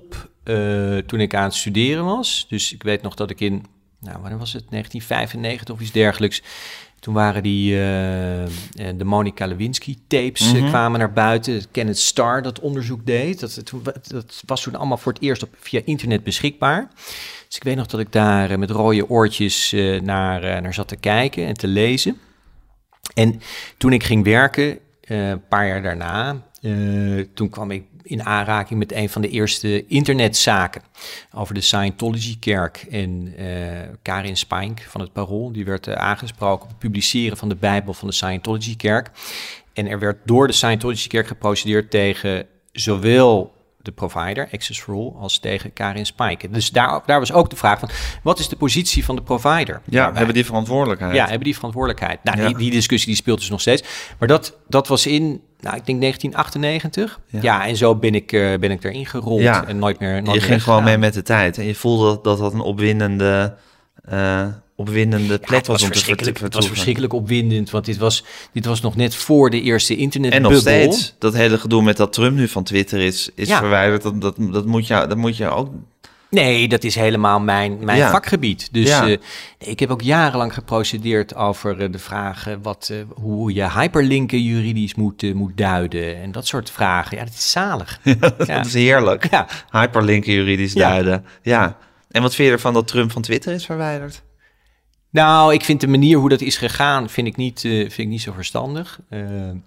uh, toen ik aan het studeren was. Dus ik weet nog dat ik in, nou, wanneer was het? negentien vijfennegentig of iets dergelijks. Toen waren die, uh, de Monica Lewinsky-tapes mm-hmm. uh, kwamen naar buiten. Kenneth Starr dat onderzoek deed. Dat, dat, dat was toen allemaal voor het eerst op, via internet beschikbaar. Dus ik weet nog dat ik daar uh, met rode oortjes uh, naar, uh, naar zat te kijken en te lezen. En toen ik ging werken, uh, een paar jaar daarna, uh, toen kwam ik in aanraking met een van de eerste internetzaken over de Scientology-kerk. En uh, Karin Spink van het Parool, die werd uh, aangesproken op het publiceren van de Bijbel van de Scientology-kerk. En er werd door de Scientology-kerk geprocedeerd tegen zowel de provider, Access for All, als tegen Karin Spijk. Dus daar, daar was ook de vraag van, wat is de positie van de provider? Ja, daarbij? Hebben die verantwoordelijkheid? Ja, hebben die verantwoordelijkheid. Nou, ja. die, die discussie die speelt dus nog steeds. Maar dat, dat was in, nou, ik denk negentien achtennegentig. Ja, ja en zo ben ik, uh, ben ik erin gerold ja. en nooit meer nooit Je meer ging gewoon mee met de tijd. En je voelde dat dat, dat een opwindende... Uh, opwindende plek ja, was, was om te verschrikkelijk, Het was verschrikkelijk opwindend, want dit was, dit was nog net voor de eerste internetbubbel. En nog steeds, dat hele gedoe met dat Trump nu van Twitter is, is ja. verwijderd, dat, dat, dat, moet je, dat moet je ook... Nee, dat is helemaal mijn, mijn ja. vakgebied. Dus ja. uh, ik heb ook jarenlang geprocedeerd over uh, de vragen wat, uh, hoe je hyperlinken juridisch moet, uh, moet duiden en dat soort vragen. Ja, dat is zalig. Ja, dat ja. is heerlijk. Ja. Hyperlinken juridisch ja. duiden. Ja. En wat vind je ervan dat Trump van Twitter is verwijderd? Nou, ik vind de manier hoe dat is gegaan, vind ik niet, uh, vind ik niet zo verstandig. Uh,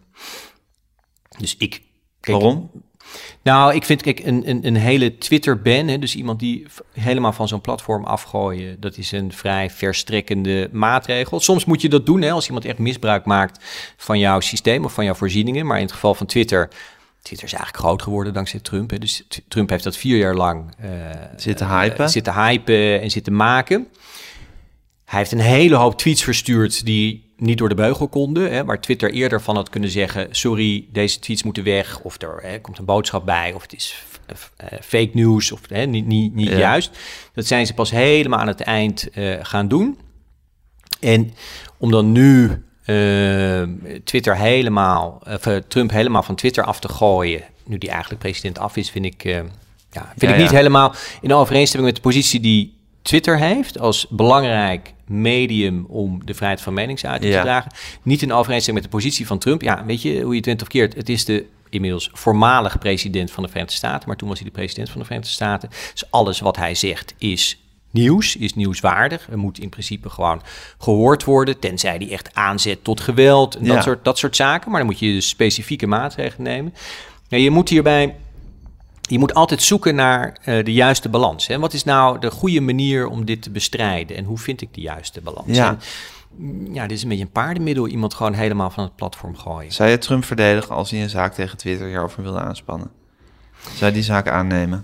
dus ik... Kijk, waarom? Nou, ik vind, kijk, een, een, een hele Twitter-ban, dus iemand die helemaal van zo'n platform afgooien, dat is een vrij verstrekkende maatregel. Soms moet je dat doen, hè, als iemand echt misbruik maakt van jouw systeem of van jouw voorzieningen. Maar in het geval van Twitter... Twitter is eigenlijk groot geworden dankzij Trump. Hè. Dus Trump heeft dat vier jaar lang uh, zitten hypen. Uh, zitten hypen en zitten maken. Hij heeft een hele hoop tweets verstuurd die niet door de beugel konden. Hè, waar Twitter eerder van had kunnen zeggen, sorry, deze tweets moeten weg. Of er hè, komt een boodschap bij, of het is f- uh, fake news, of hè, niet, niet, niet ja. juist. Dat zijn ze pas helemaal aan het eind uh, gaan doen. En om dan nu... Uh, Twitter helemaal, of uh, Trump helemaal van Twitter af te gooien, nu die eigenlijk president af is, vind ik, uh, ja, vind ja, ik niet ja. helemaal in overeenstemming met de positie die Twitter heeft als belangrijk medium om de vrijheid van meningsuiting ja. te dragen. Niet in overeenstemming met de positie van Trump. Ja, weet je hoe je het went of keert, het is de inmiddels voormalig president van de Verenigde Staten, maar toen was hij de president van de Verenigde Staten. Dus alles wat hij zegt is nieuws, is nieuwswaardig. Er moet in principe gewoon gehoord worden, tenzij die echt aanzet tot geweld en ja. dat, soort, dat soort zaken. Maar dan moet je dus specifieke maatregelen nemen. Ja, je moet hierbij, je moet altijd zoeken naar uh, de juiste balans. Hè? Wat is nou de goede manier om dit te bestrijden? En hoe vind ik de juiste balans? Ja. En, ja, dit is een beetje een paardenmiddel, iemand gewoon helemaal van het platform gooien. Zou je Trump verdedigen als hij een zaak tegen Twitter hierover wilde aanspannen? Zou je die zaak aannemen?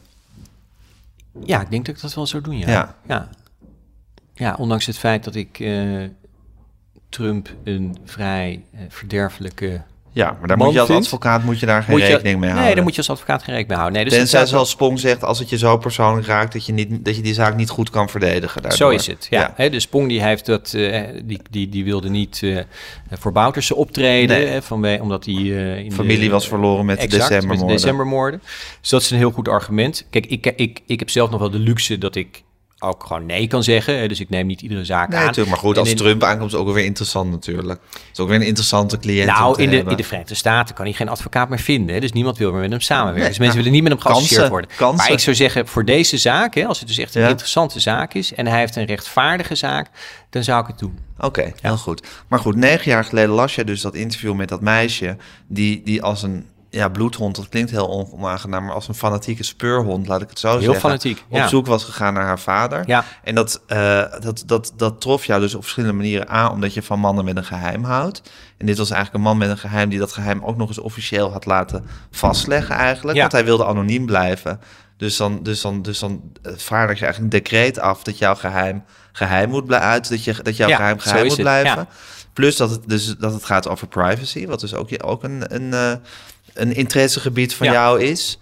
Ja, ik denk dat ik dat wel zou doen, ja. Ja, ja. ja ondanks het feit dat ik uh, Trump een vrij uh, verderfelijke Ja, maar daar moet je als vindt. advocaat moet je daar geen moet je, rekening mee houden. Nee, daar moet je als advocaat geen rekening mee houden. Nee, dus Tenzij zoals Spong zegt, als het je zo persoonlijk raakt dat je, niet, dat je die zaak niet goed kan verdedigen. Daardoor. Zo is het, ja. ja. He, dus Spong die heeft dat, uh, die, die, die wilde niet uh, voor Bouterse optreden, nee. hè, vanwege, omdat hij uh, in familie de, was verloren met exact, de decembermoorden. Met de decembermoorden. Dus dat is een heel goed argument. Kijk, ik, ik, ik heb zelf nog wel de luxe dat ik ook gewoon nee kan zeggen. Hè, dus ik neem niet iedere zaak nee, aan. Natuurlijk, maar goed, als in, Trump aankomt is het ook weer interessant natuurlijk. Het is ook weer een interessante cliënt. Nou, in de, hebben. in de Verenigde Staten kan hij geen advocaat meer vinden. Hè, dus niemand wil meer met hem samenwerken. Nee, dus mensen ja, willen niet met hem geassocieerd worden. Kansen. Maar ik zou zeggen, voor deze zaak, hè, als het dus echt een ja. interessante zaak is en hij heeft een rechtvaardige zaak, dan zou ik het doen. Oké, okay, ja. heel goed. Maar goed, negen jaar geleden las je dus dat interview met dat meisje die, die als een ja, bloedhond, dat klinkt heel onaangenaam, maar als een fanatieke speurhond, laat ik het zo heel zeggen. Heel fanatiek, Op ja. zoek was gegaan naar haar vader. Ja. En dat, uh, dat, dat, dat trof jou dus op verschillende manieren aan, omdat je van mannen met een geheim houdt. En dit was eigenlijk een man met een geheim die dat geheim ook nog eens officieel had laten vastleggen eigenlijk. Ja. Want hij wilde anoniem blijven. Dus dan, dus dan, dus dan vaardig je eigenlijk een decreet af dat jouw geheim geheim moet blijven, dat, je, dat jouw ja, geheim geheim moet het. blijven. Ja. Plus dat het, dus, dat het gaat over privacy, wat dus ook, ook een, een, uh, een interessegebied van ja. jou is.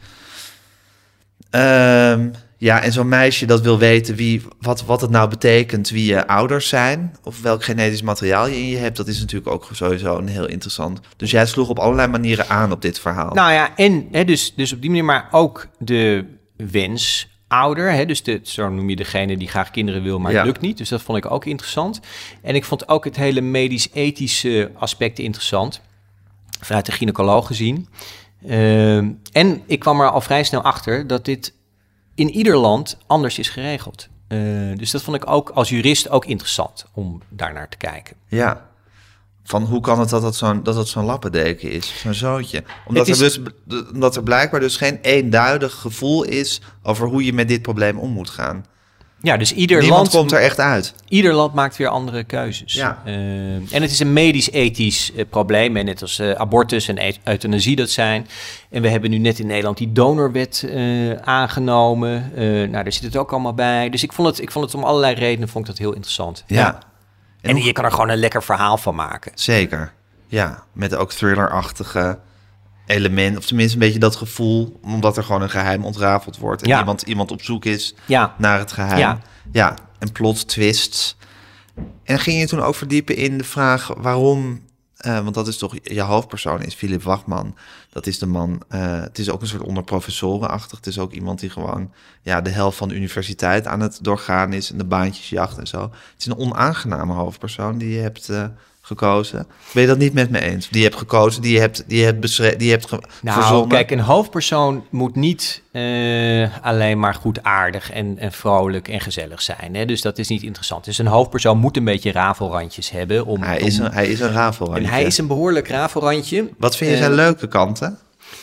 Um, ja, en zo'n meisje dat wil weten wie, wat, wat het nou betekent, wie je ouders zijn, of welk genetisch materiaal je in je hebt, dat is natuurlijk ook sowieso een heel interessant. Dus jij sloeg op allerlei manieren aan op dit verhaal. Nou ja, en hè, dus, dus op die manier, maar ook de wens, ouder. Hè? Dus de, zo noem je degene die graag kinderen wil, maar Ja. het lukt niet. Dus dat vond ik ook interessant. En ik vond ook het hele medisch-ethische aspect interessant. Vanuit de gynaecoloog gezien. Uh, en ik kwam er al vrij snel achter dat dit in ieder land anders is geregeld. Uh, dus dat vond ik ook als jurist ook interessant om daar naar te kijken. Ja. Van hoe kan het dat dat zo'n, dat dat zo'n lappendeken is, zo'n zootje? Omdat, Het er is- dus, omdat er blijkbaar dus geen eenduidig gevoel is over hoe je met dit probleem om moet gaan. Ja, dus ieder Niemand land, komt er echt uit. ieder land maakt weer andere keuzes. Ja. Uh, en het is een medisch-ethisch uh, probleem. En net als uh, abortus en e- euthanasie dat zijn. En we hebben nu net in Nederland die donorwet uh, aangenomen. Uh, nou, daar zit het ook allemaal bij. Dus ik vond het, ik vond het om allerlei redenen vond ik dat heel interessant. Ja. En, en je kan er gewoon een lekker verhaal van maken. Zeker. Ja, met ook thriller-achtige elementen. Of tenminste een beetje dat gevoel, omdat er gewoon een geheim ontrafeld wordt. En Ja. iemand, iemand op zoek is Ja. naar het geheim. Ja. Ja, en plot twists. En ging je toen ook verdiepen in de vraag waarom... Uh, want dat is toch, je hoofdpersoon is Philip Wachman. Dat is de man, uh, het is ook een soort onderprofessorenachtig. Het is ook iemand die gewoon ja, de helft van de universiteit aan het doorgaan is. En de baantjesjacht en zo. Het is een onaangename hoofdpersoon die je hebt uh, gekozen. Ben je dat niet met me eens? Die je hebt gekozen, die je hebt, die je hebt, beschre- die je hebt ge- Nou, verzonnen. kijk, een hoofdpersoon moet niet uh, alleen maar goedaardig en, en vrolijk en gezellig zijn. Hè? Dus dat is niet interessant. Dus een hoofdpersoon moet een beetje rafelrandjes hebben. Om, Hij is om- een, hij is een rafelrandje. En hij is een behoorlijk rafelrandje. Wat vind je Uh, zijn leuke kanten?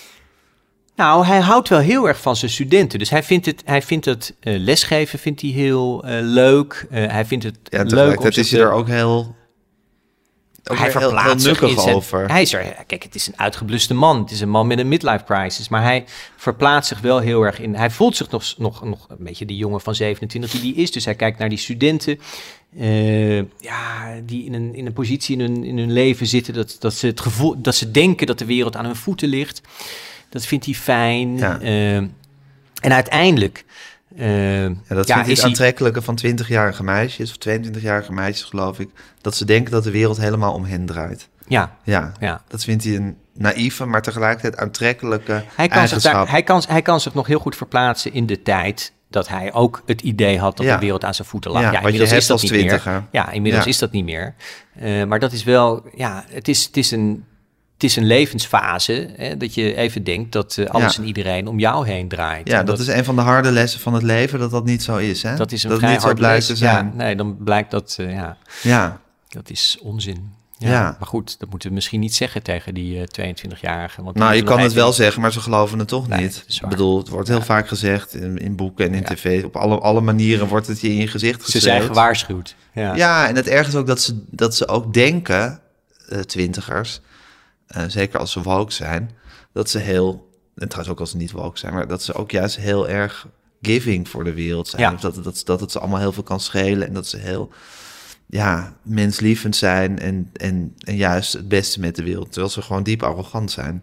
Nou, hij houdt wel heel erg van zijn studenten. Dus hij vindt het, hij vindt het uh, lesgeven vindt hij heel uh, leuk. Uh, hij vindt het Ja, en leuk om tegelijkertijd zich is hij te- er ook heel... Ook hij weer heel, heel verplaatst zich nukkig in zijn, over. Hij is er, kijk, het is een uitgebluste man. Het is een man met een midlife crisis. Maar hij verplaatst zich wel heel erg in. Hij voelt zich nog, nog, nog een beetje die jongen van zevenentwintig die die is. Dus hij kijkt naar die studenten. Uh, ja, die in een, in een positie in hun, in hun leven zitten. Dat, dat ze het gevoel, dat ze denken dat de wereld aan hun voeten ligt. Dat vindt hij fijn. Ja. Uh, en uiteindelijk... Uh, Ja, dat ja, vindt is het hij- aantrekkelijke van twintigjarige meisjes... of tweeëntwintigjarige meisjes, geloof ik... dat ze denken dat de wereld helemaal om hen draait. Ja, Ja, ja. dat vindt hij een naïeve, maar tegelijkertijd aantrekkelijke Hij kan, zich eigenschap. daar, hij, kan, hij kan zich nog heel goed verplaatsen in de tijd dat hij ook het idee had dat Ja. de wereld aan zijn voeten lag. Ja, Ja, wat je inmiddels hebt is dat als niet meer. twintiger. Ja, inmiddels Ja. is dat niet meer. Uh, maar dat is wel, ja, het is, het is een... Het is een levensfase, hè, dat je even denkt dat uh, alles Ja. en iedereen om jou heen draait. Ja, En dat, is een van de harde lessen van het leven... dat dat niet zo is, hè? dat is een dat vrij niet zo hard blijkt les. te zijn. Ja, nee, dan blijkt dat, uh, ja, Ja, dat is onzin. Ja, Ja. Maar goed, dat moeten we misschien niet zeggen tegen die uh, tweeëntwintig-jarigen. want die nou, je moeten kan nog het wel even- zeggen, maar ze geloven het toch Nee, niet. dat is Ik waar. bedoel, het wordt heel Ja. vaak gezegd in, in boeken en in Ja. tv. Op alle, alle manieren wordt het je in je gezicht Ze geschreeuwd. zijn gewaarschuwd. Ja. Ja, en het erg is ook dat ze, dat ze ook denken, uh, twintigers, uh, zeker als ze woke zijn, dat ze heel, en trouwens ook als ze niet woke zijn, maar dat ze ook juist heel erg giving voor de wereld zijn. Ja. Of dat, dat, dat het ze allemaal heel veel kan schelen en dat ze heel, ja, menslievend zijn en, en, en juist het beste met de wereld, terwijl ze gewoon diep arrogant zijn.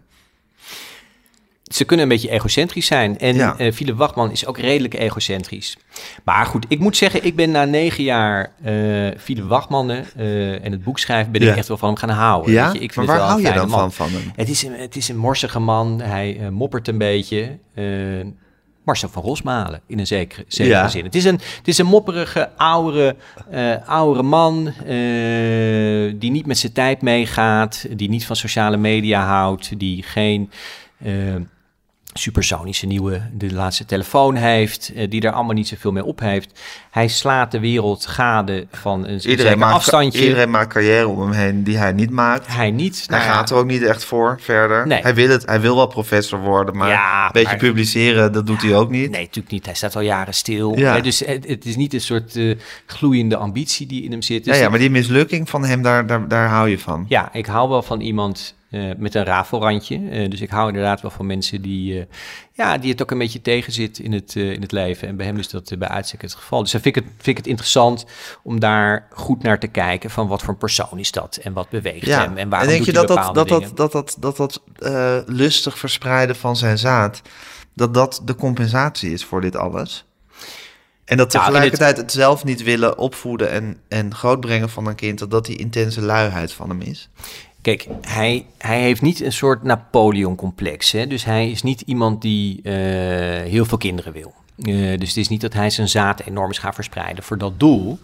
Ze kunnen een beetje egocentrisch zijn. En Ja. eh, Philip Wachman is ook redelijk egocentrisch. Maar goed, ik moet zeggen, ik ben na negen jaar uh, Philip Wachman uh, en het boek schrijven, ben Ja. ik echt wel van hem gaan houden. Ja, Weet je, ik vind maar waar het wel hou je een dan fijne van, man. van hem? Het is, een, het is een morsige man. Hij uh, moppert een beetje. Uh, Marcel van Rosmalen, in een zekere, zekere Ja. zin. Het is, een, het is een mopperige, oudere, uh, oudere man uh, die niet met zijn tijd meegaat, die niet van sociale media houdt, die geen uh, supersonische nieuwe, de laatste telefoon heeft, uh, die daar allemaal niet zoveel mee op heeft. Hij slaat de wereld gade van een Iedereen zeker maakt, afstandje. iedereen maakt carrière om hem heen die hij niet maakt. Hij niet. Hij Nou ja, gaat er ook niet echt voor verder. Nee. Hij, wil het, hij wil wel professor worden, maar Ja, een beetje maar- publiceren, dat doet hij ook niet. Nee, natuurlijk niet. Hij staat al jaren stil. Ja. Hè, dus het, het is niet een soort uh, gloeiende ambitie die in hem zit. Dus ja, ja, ik- maar die mislukking van hem, daar, daar, daar hou je van. Ja, ik hou wel van iemand uh, met een rafelrandje. Uh, dus ik hou inderdaad wel van mensen die, uh, ja, die het ook een beetje tegenzit in het, uh, in het leven. En bij hem is dat uh, bij uitstek het geval. Dus dan vind ik, het, vind ik het interessant om daar goed naar te kijken van wat voor een persoon is dat en wat beweegt Ja, hem en waarom denk je doet hij dat dat, bepaalde dat, dingen. dat, dat, dat, dat, dat uh, lustig verspreiden van zijn zaad, dat dat de compensatie is voor dit alles? En dat Nou, in tegelijkertijd het... het zelf niet willen opvoeden en, en grootbrengen van een kind, dat dat die intense luiheid van hem is? Kijk, hij, hij heeft niet een soort Napoleon-complex. Hè? Dus hij is niet iemand die uh, heel veel kinderen wil. Uh, dus het is niet dat hij zijn zaad enorm is gaan verspreiden voor dat doel.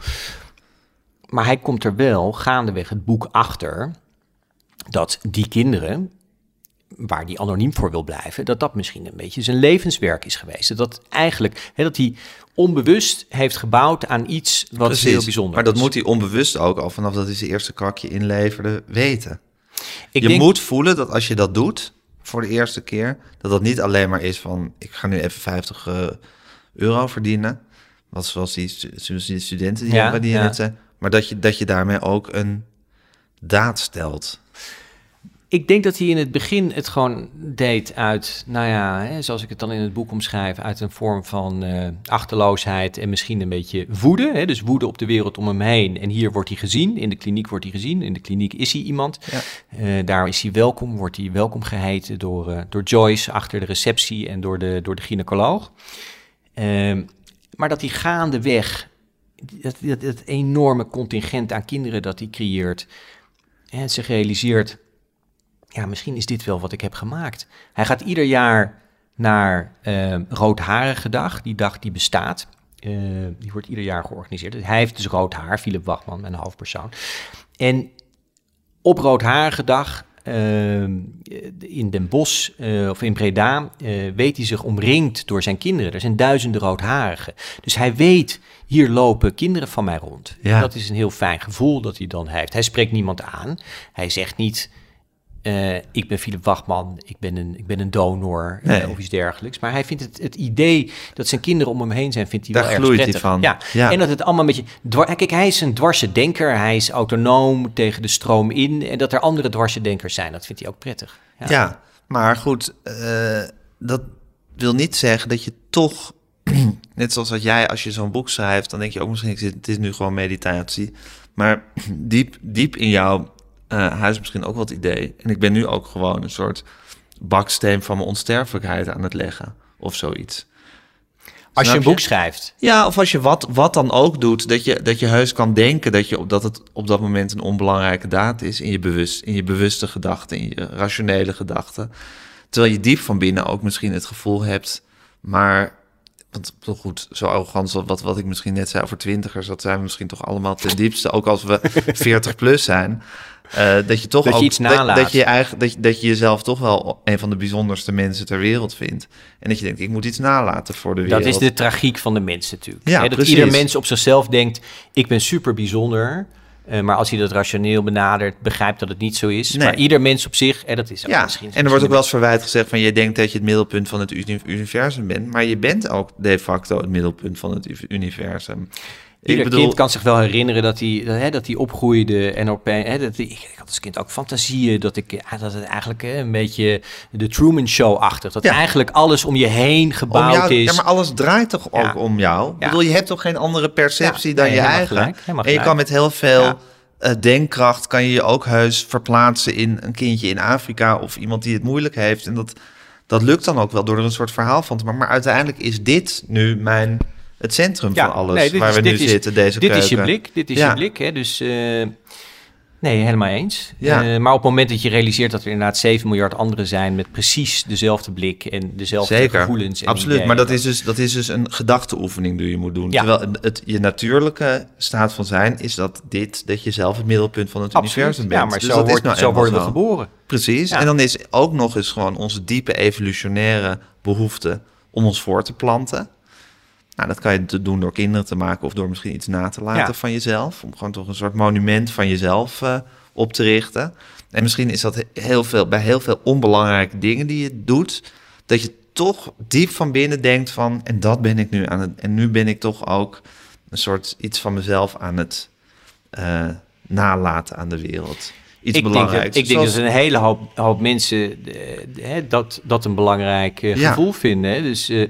Maar hij komt er wel gaandeweg het boek achter dat die kinderen, waar die anoniem voor wil blijven, dat dat misschien een beetje zijn levenswerk is geweest. Dat eigenlijk, hè, dat hij onbewust heeft gebouwd aan iets wat Precies, heel bijzonder maar dat is. moet hij onbewust ook al vanaf dat hij zijn eerste kakje inleverde weten. Ik je denk, moet voelen dat als je dat doet voor de eerste keer, dat dat niet alleen maar is van ik ga nu even vijftig uh, euro verdienen, wat zoals die, stu- die studenten die, Ja, hebben, die je ja. net zei, maar dat je, dat je daarmee ook een daad stelt. Ik denk dat hij in het begin het gewoon deed uit, nou ja, hè, zoals ik het dan in het boek omschrijf, uit een vorm van uh, achterloosheid en misschien een beetje woede. Hè, dus woede op de wereld om hem heen. En hier wordt hij gezien, in de kliniek wordt hij gezien. In de kliniek is hij iemand. Ja. Uh, daar is hij welkom, wordt hij welkom geheten door, uh, door Joyce achter de receptie en door de, door de gynaecoloog. Uh, maar dat hij gaandeweg, dat, dat, dat enorme contingent aan kinderen dat hij creëert, en zich realiseert, ja, misschien is dit wel wat ik heb gemaakt. Hij gaat ieder jaar naar uh, Roodharige Dag. Die dag die bestaat. Uh, die wordt ieder jaar georganiseerd. Dus hij heeft dus rood haar, Philip Wachman, met een hoofdpersoon. En op Roodharige Dag uh, in Den Bosch uh, of in Breda uh, weet hij zich omringd door zijn kinderen. Er zijn duizenden roodharigen. Dus hij weet, hier lopen kinderen van mij rond. Ja. Dat is een heel fijn gevoel dat hij dan heeft. Hij spreekt niemand aan. Hij zegt niet, Uh, ik ben Philip Wachman, ik ben een, ik ben een donor uh, nee. of iets dergelijks. Maar hij vindt het, het idee dat zijn kinderen om hem heen zijn, vindt hij Daar wel erg gloeit prettig. hij van. Ja. Ja. En dat het allemaal een beetje dwar- Kijk, hij is een dwarse denker, hij is autonoom tegen de stroom in. En dat er andere dwarse denkers zijn, dat vindt hij ook prettig. Ja, Ja, maar goed, uh, dat wil niet zeggen dat je toch, net zoals dat jij, als je zo'n boek schrijft, dan denk je ook misschien, ik zit, het is nu gewoon meditatie. Maar diep, diep in jouw uh, huis misschien ook wat idee. En ik ben nu ook gewoon een soort baksteen van mijn onsterfelijkheid aan het leggen, of zoiets. Als je Snap een boek schrijft. Ja, of als je wat, wat dan ook doet, dat je, dat je heus kan denken dat, je, dat het op dat moment een onbelangrijke daad is in je, bewust, in je bewuste gedachten, in je rationele gedachten. Terwijl je diep van binnen ook misschien het gevoel hebt, maar, want toch goed, zo arrogant als wat, wat ik misschien net zei over twintigers, dat zijn we misschien toch allemaal ten diepste, ook als we veertig plus zijn. Uh, dat je toch dat ook je iets nalaat. Dat, dat, je eigen, dat, je, dat je jezelf toch wel een van de bijzonderste mensen ter wereld vindt. En dat je denkt, ik moet iets nalaten voor de wereld. Dat is de tragiek van de mens natuurlijk. Ja, He, dat precies. ieder mens op zichzelf denkt, ik ben super bijzonder. Uh, maar als hij dat rationeel benadert, begrijpt dat het niet zo is. Nee. Maar ieder mens op zich, en dat is ook ja, misschien... en er wordt ook wel eens verwijt gezegd van, je denkt dat je het middelpunt van het uni- universum bent, maar je bent ook de facto het middelpunt van het universum. Ieder ik bedoel, kind kan zich wel herinneren dat hij, dat, hè, dat hij opgroeide en op, hè, dat hij, ik had als kind ook fantasieën dat ik ja, dat het eigenlijk hè, een beetje de Truman Show-achtig, dat Ja. eigenlijk alles om je heen om gebouwd jou, is. ja, maar alles draait toch ook Ja. om jou? Ik Ja. bedoel, je hebt toch geen andere perceptie Ja, dan nee, je helemaal eigen? gelijk, helemaal en je gelijk. kan met heel veel Ja. uh, denkkracht, kan je je ook heus verplaatsen in een kindje in Afrika of iemand die het moeilijk heeft. En dat, dat lukt dan ook wel door er een soort verhaal van te maken. Maar uiteindelijk is dit nu mijn... het centrum Ja, van alles nee, dit waar is- we nu dit is- zitten, deze Dit keuken. is je blik, dit is Ja. je blik. Hè? Dus uh, nee, helemaal eens. Ja. Uh, maar op het moment dat je realiseert dat er inderdaad zeven miljard anderen zijn met precies dezelfde blik en dezelfde Zeker, gevoelens. En absoluut. ideeën. Maar dat is, dus, dat is dus een gedachteoefening die je moet doen. Ja. Terwijl het, het, je natuurlijke staat van zijn is dat dit, dat je zelf het middelpunt van het Absoluut. universum bent. Ja, maar Dus zo, dat is wordt, nou zo eenmaal worden we zo. geboren. Precies. Ja. En dan is ook nog eens gewoon onze diepe evolutionaire behoefte om ons voor te planten. Nou, dat kan je te doen door kinderen te maken of door misschien iets na te laten Ja. van jezelf. Om gewoon toch een soort monument van jezelf uh, op te richten. En misschien is dat heel veel, bij heel veel onbelangrijke dingen die je doet, dat je toch diep van binnen denkt van, en dat ben ik nu aan het, en nu ben ik toch ook een soort iets van mezelf aan het uh, nalaten aan de wereld. Iets ik belangrijks. Denk dat, ik denk Zoals, dat een hele hoop, hoop mensen uh, hè, dat, dat een belangrijk uh, Ja. gevoel vinden. Hè? Dus uh,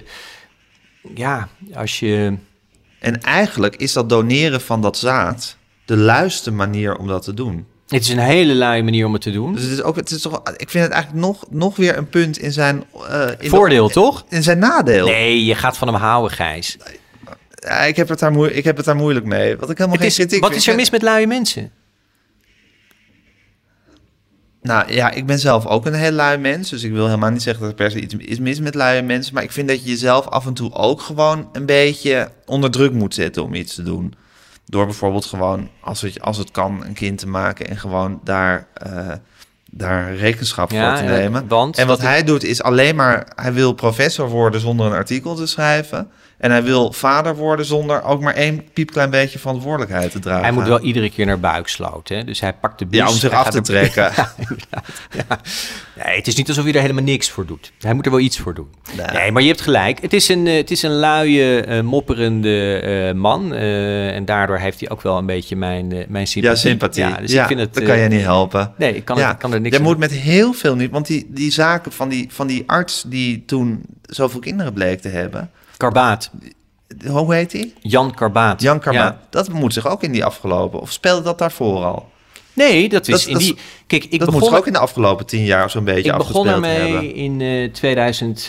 ja, als je... En eigenlijk is dat doneren van dat zaad de luiste manier om dat te doen. Het is een hele luie manier om het te doen. Dus het is ook, het is toch, ik vind het eigenlijk nog, nog weer een punt in zijn uh, in Voordeel, de, toch? In zijn nadeel. Nee, je gaat van hem houden, Gijs. Ja, ik, heb het daar moe, ik heb het daar moeilijk mee. Wat ik helemaal Het geen is, kritiek wat vind. is er mis met luie mensen? Nou ja, ik ben zelf ook een heel lui mens. Dus ik wil helemaal niet zeggen dat er per se iets is mis met luie mensen. Maar ik vind dat je jezelf af en toe ook gewoon een beetje onder druk moet zetten om iets te doen. Door bijvoorbeeld gewoon, als het, als het kan, een kind te maken en gewoon daar, uh, daar rekenschap ja, voor te nemen. Ja, want en wat hij is... doet is alleen maar, hij wil professor worden zonder een artikel te schrijven. En hij wil vader worden zonder ook maar één piepklein beetje verantwoordelijkheid te dragen. Hij moet wel iedere keer naar Buiksloot, hè? Dus hij pakt de bus. Ja, om zich af te er... trekken. ja, ja. Nee, het is niet alsof hij er helemaal niks voor doet. Hij moet er wel iets voor doen. Nee, nee maar je hebt gelijk. Het is een, het is een luie, uh, mopperende uh, man. Uh, en daardoor heeft hij ook wel een beetje mijn, uh, mijn sympathie. Ja, sympathie. Ja, dus ja, ik vind het, dat kan uh, je niet helpen. Nee, ik kan, ja. het, ik kan er niks Jij aan moet met heel veel niet... Want die, die zaken van die, van die arts die toen zoveel kinderen bleek te hebben... Karbaat. Hoe heet hij? Jan Karbaat. Jan Karbaat. Ja. Dat moet zich ook in die afgelopen... Of speelde dat daarvoor al? Nee, dat is dat, in die... Kijk, ik dat begon moet zich ook in de afgelopen tien jaar zo'n beetje afgespeeld hebben. Ik begon ermee in uh, tweeduizend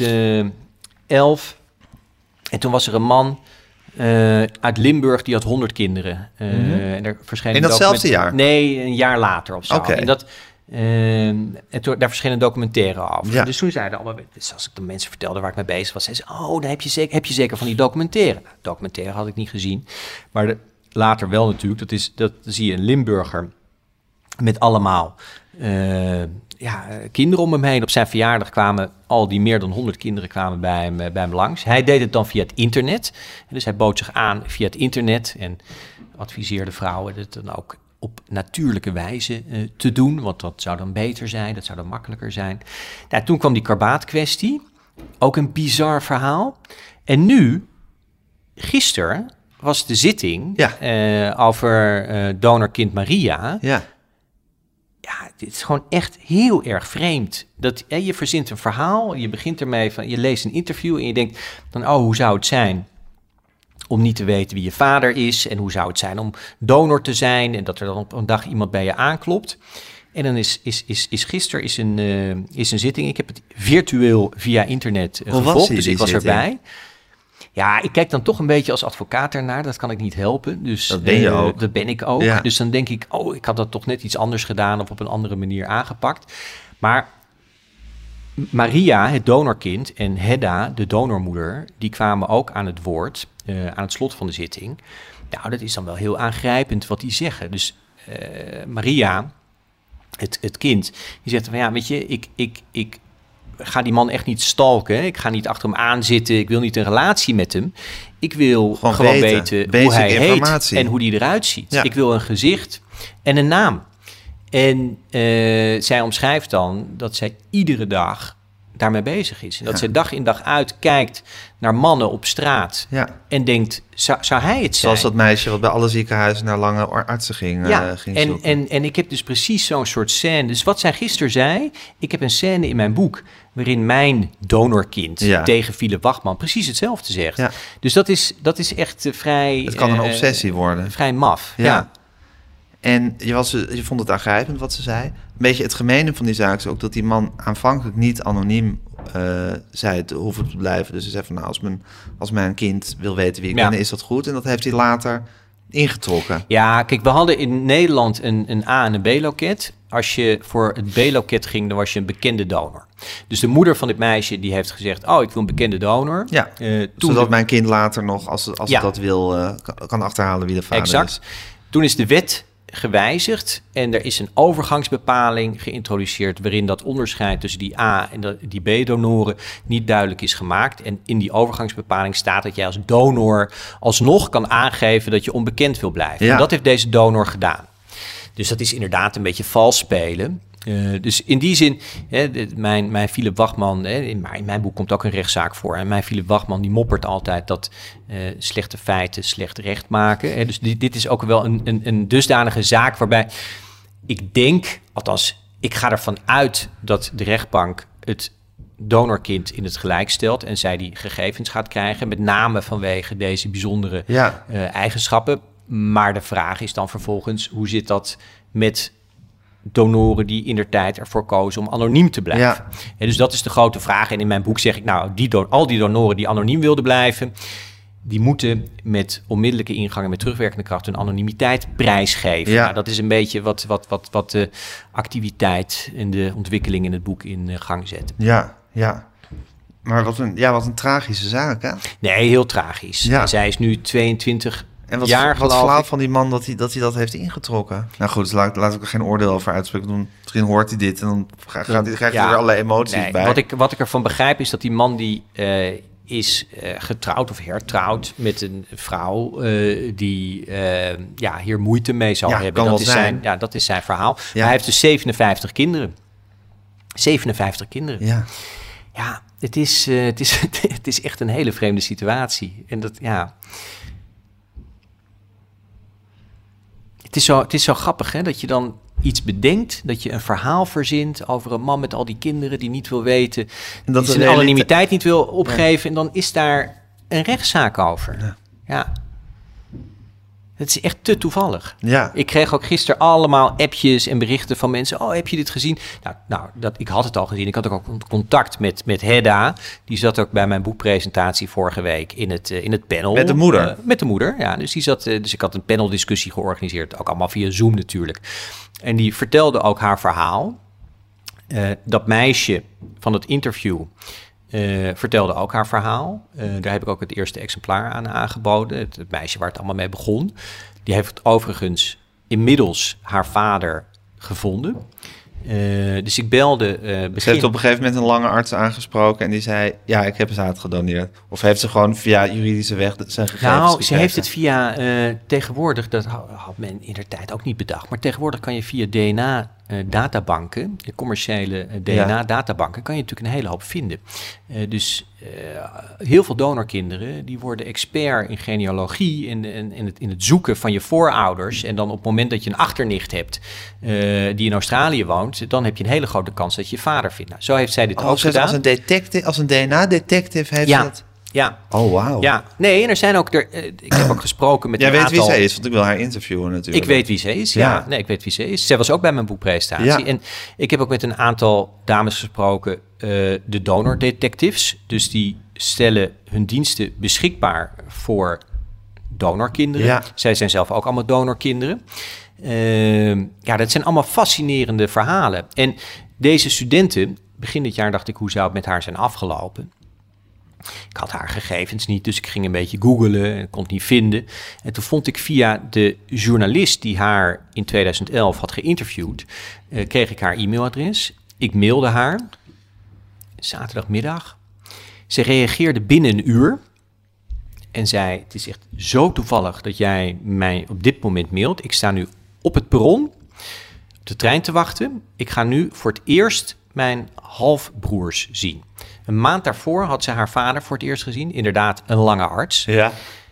elf. En toen was er een man uh, uit Limburg, die had honderd kinderen. Uh, mm-hmm. en er verscheen in datzelfde jaar? Nee, een jaar later of zo. Okay. En dat... Uh, en toen, daar verscheen een documentaire over. Ja. Dus toen zeiden allemaal, dus als ik de mensen vertelde waar ik mee bezig was, zeiden ze, oh, dan heb je zeker, heb je zeker van die documentaire. Nou, documentaire had ik niet gezien, maar de, later wel natuurlijk. Dat is, dat zie je een Limburger met allemaal uh, ja, kinderen om hem heen. Op zijn verjaardag kwamen al die meer dan honderd kinderen kwamen bij hem, bij hem langs. Hij deed het dan via het internet. Dus hij bood zich aan via het internet en adviseerde vrouwen het dan ook op natuurlijke wijze uh, te doen, want dat zou dan beter zijn, dat zou dan makkelijker zijn. Nou, toen kwam die Karbaat-kwestie, ook een bizar verhaal. En nu, gisteren, was de zitting ja. uh, over uh, donorkind Maria. Ja. Ja, dit is gewoon echt heel erg vreemd. Dat, eh, je verzint een verhaal, je begint ermee van, je leest een interview en je denkt dan, oh, hoe zou het zijn om niet te weten wie je vader is en hoe zou het zijn om donor te zijn en dat er dan op een dag iemand bij je aanklopt. En dan is, is, is, is gisteren is een, uh, is een zitting. Ik heb het virtueel via internet uh, gevolgd, dus ik was zitting? erbij. Ja, ik kijk dan toch een beetje als advocaat ernaar. Dat kan ik niet helpen. Dus, dat ben je uh, ook. Dat ben ik ook. Ja. Dus dan denk ik, oh, ik had dat toch net iets anders gedaan of op een andere manier aangepakt. Maar Maria, het donorkind, en Hedda, de donormoeder, die kwamen ook aan het woord uh, aan het slot van de zitting. Nou, dat is dan wel heel aangrijpend wat die zeggen. Dus uh, Maria, het, het kind, die zegt van ja, weet je, ik, ik, ik ga die man echt niet stalken. Ik ga niet achter hem aanzitten. Ik wil niet een relatie met hem. Ik wil gewoon, gewoon weten, weten hoe hij heet en hoe die eruit ziet. Ja. Ik wil een gezicht en een naam. En uh, zij omschrijft dan dat zij iedere dag daarmee bezig is. En dat ja. zij dag in dag uit kijkt naar mannen op straat ja. en denkt, zou, zou hij het zijn? Zoals dat meisje wat bij alle ziekenhuizen naar lange artsen ging, ja, uh, ging en, zoeken. En, en ik heb dus precies zo'n soort scène. Dus wat zij gisteren zei, ik heb een scène in mijn boek waarin mijn donorkind ja. tegen Philip Wachman precies hetzelfde zegt. Ja. Dus dat is, dat is echt uh, vrij... Het kan een uh, obsessie worden. Vrij maf, ja. ja. En je, was, je vond het aangrijpend wat ze zei. Een beetje het gemene van die zaak is ook dat die man aanvankelijk niet anoniem uh, zei te hoeven te blijven. Dus ze zei van nou, als mijn, als mijn kind wil weten wie ik ja. ben, is dat goed. En dat heeft hij later ingetrokken. Ja, kijk, we hadden in Nederland een, een A- en een B-loket. Als je voor het B-loket ging, dan was je een bekende donor. Dus de moeder van dit meisje die heeft gezegd, oh, ik wil een bekende donor. Ja, uh, zodat de... mijn kind later nog, als, als ja. het dat wil, uh, kan achterhalen wie de vader exact. is. Toen is de wet gewijzigd en er is een overgangsbepaling geïntroduceerd waarin dat onderscheid tussen die A- en de, die B-donoren niet duidelijk is gemaakt. En in die overgangsbepaling staat dat jij als donor alsnog kan aangeven dat je onbekend wil blijven. Ja. En dat heeft deze donor gedaan. Dus dat is inderdaad een beetje vals spelen. Uh, dus in die zin, hè, de, mijn, mijn Philip Wachman, hè, in, mijn, in mijn boek komt ook een rechtszaak voor. En mijn Philip Wachman die moppert altijd dat uh, slechte feiten slecht recht maken. Hè. Dus dit, dit is ook wel een, een, een dusdanige zaak waarbij ik denk, althans ik ga ervan uit dat de rechtbank het donorkind in het gelijk stelt en zij die gegevens gaat krijgen, met name vanwege deze bijzondere ja. uh, eigenschappen. Maar de vraag is dan vervolgens, hoe zit dat met donoren die indertijd ervoor kozen om anoniem te blijven? Ja. En dus dat is de grote vraag. En in mijn boek zeg ik, nou, die do- al die donoren die anoniem wilden blijven, die moeten met onmiddellijke ingangen, met terugwerkende kracht, hun anonimiteit prijsgeven. Ja. Nou, dat is een beetje wat, wat, wat, wat de activiteit en de ontwikkeling in het boek in uh, gang zetten. Ja, ja. Maar wat een, ja, wat een tragische zaak, hè? Nee, heel tragisch. Ja. En zij is nu tweeëntwintig En wat, jaar, wat geloof verhaal ik. van die man dat hij, dat hij dat heeft ingetrokken? Nou goed, dus laat, laat ik er geen oordeel over uitspreken. Dan, misschien hoort hij dit en dan gaat, gaat, krijgt hij Ja. er weer allerlei emoties Nee, bij. Wat ik, wat ik ervan begrijp is dat die man die uh, is uh, getrouwd of hertrouwd met een vrouw uh, die uh, ja, hier moeite mee zal Ja, hebben. kan Dat wel is, zijn. zijn, ja, dat is zijn verhaal. Ja. Hij heeft dus zevenenvijftig kinderen. zevenenvijftig kinderen. Ja. Ja, het is, uh, het, is, het is echt een hele vreemde situatie. En dat, ja... Het is, zo, het is zo grappig, hè, dat je dan iets bedenkt, dat je een verhaal verzint over een man met al die kinderen die niet wil weten, En dat die de zijn realite- anonimiteit niet wil opgeven, en dan is daar een rechtszaak over. Ja. Ja. Het is echt te toevallig. Ja. Ik kreeg ook gisteren allemaal appjes en berichten van mensen. Oh, heb je dit gezien? Nou, nou dat, ik had het al gezien. Ik had ook contact met, met Hedda. Die zat ook bij mijn boekpresentatie vorige week in het, uh, in het panel. Met de moeder? Uh, met de moeder, ja. Dus, die zat, uh, dus ik had een paneldiscussie georganiseerd. Ook allemaal via Zoom natuurlijk. En die vertelde ook haar verhaal. Uh, dat meisje van het interview... Uh, vertelde ook haar verhaal. Uh, daar heb ik ook het eerste exemplaar aan aangeboden. Het, het meisje waar het allemaal mee begon. Die heeft overigens inmiddels haar vader gevonden. Uh, dus ik belde... Uh, begin... Ze heeft op een gegeven moment een lange arts aangesproken en die zei, ja, ik heb zaad gedoneerd. Of heeft ze gewoon via juridische weg zijn gegevens Nou, gekregen? ze heeft het via uh, tegenwoordig, dat had men in der tijd ook niet bedacht, maar tegenwoordig kan je via D N A-databanken, de commerciële uh, D N A-databanken, kan je natuurlijk een hele hoop vinden. Uh, dus uh, heel veel donorkinderen, die worden expert in genealogie, in, in, in, het, in het zoeken van je voorouders. En dan op het moment dat je een achternicht hebt uh, die in Australië woont, dan heb je een hele grote kans dat je je vader vindt. Nou, zo heeft zij dit Oh, ook ze heeft gedaan. als een detective, als een D N A-detective heeft Ja. ze dat... Ja. Oh, wauw. Ja, nee, en er zijn ook... Er, uh, ik heb ook gesproken met Jij een weet aantal... wie zij is, want ik wil haar interviewen natuurlijk. Ik weet wie ze is, ja. Ja. Nee, ik weet wie ze is. Zij was ook bij mijn boekpresentatie. Ja. En ik heb ook met een aantal dames gesproken, uh, de donor detectives. Dus die stellen hun diensten beschikbaar voor donorkinderen. Ja. Zij zijn zelf ook allemaal donorkinderen. Uh, ja, dat zijn allemaal fascinerende verhalen. En deze studenten, begin dit jaar dacht ik, hoe zou het met haar zijn afgelopen? Ik had haar gegevens niet, dus ik ging een beetje googlen en kon het niet vinden. En toen vond ik via de journalist die haar in tweeduizend elf had geïnterviewd, uh, kreeg ik haar e-mailadres. Ik mailde haar, zaterdagmiddag. Ze reageerde binnen een uur en zei, het is echt zo toevallig dat jij mij op dit moment mailt. Ik sta nu op het perron op de trein te wachten. Ik ga nu voor het eerst mijn halfbroers zien. Een maand daarvoor had ze haar vader voor het eerst gezien. Inderdaad, een lange arts. Ja.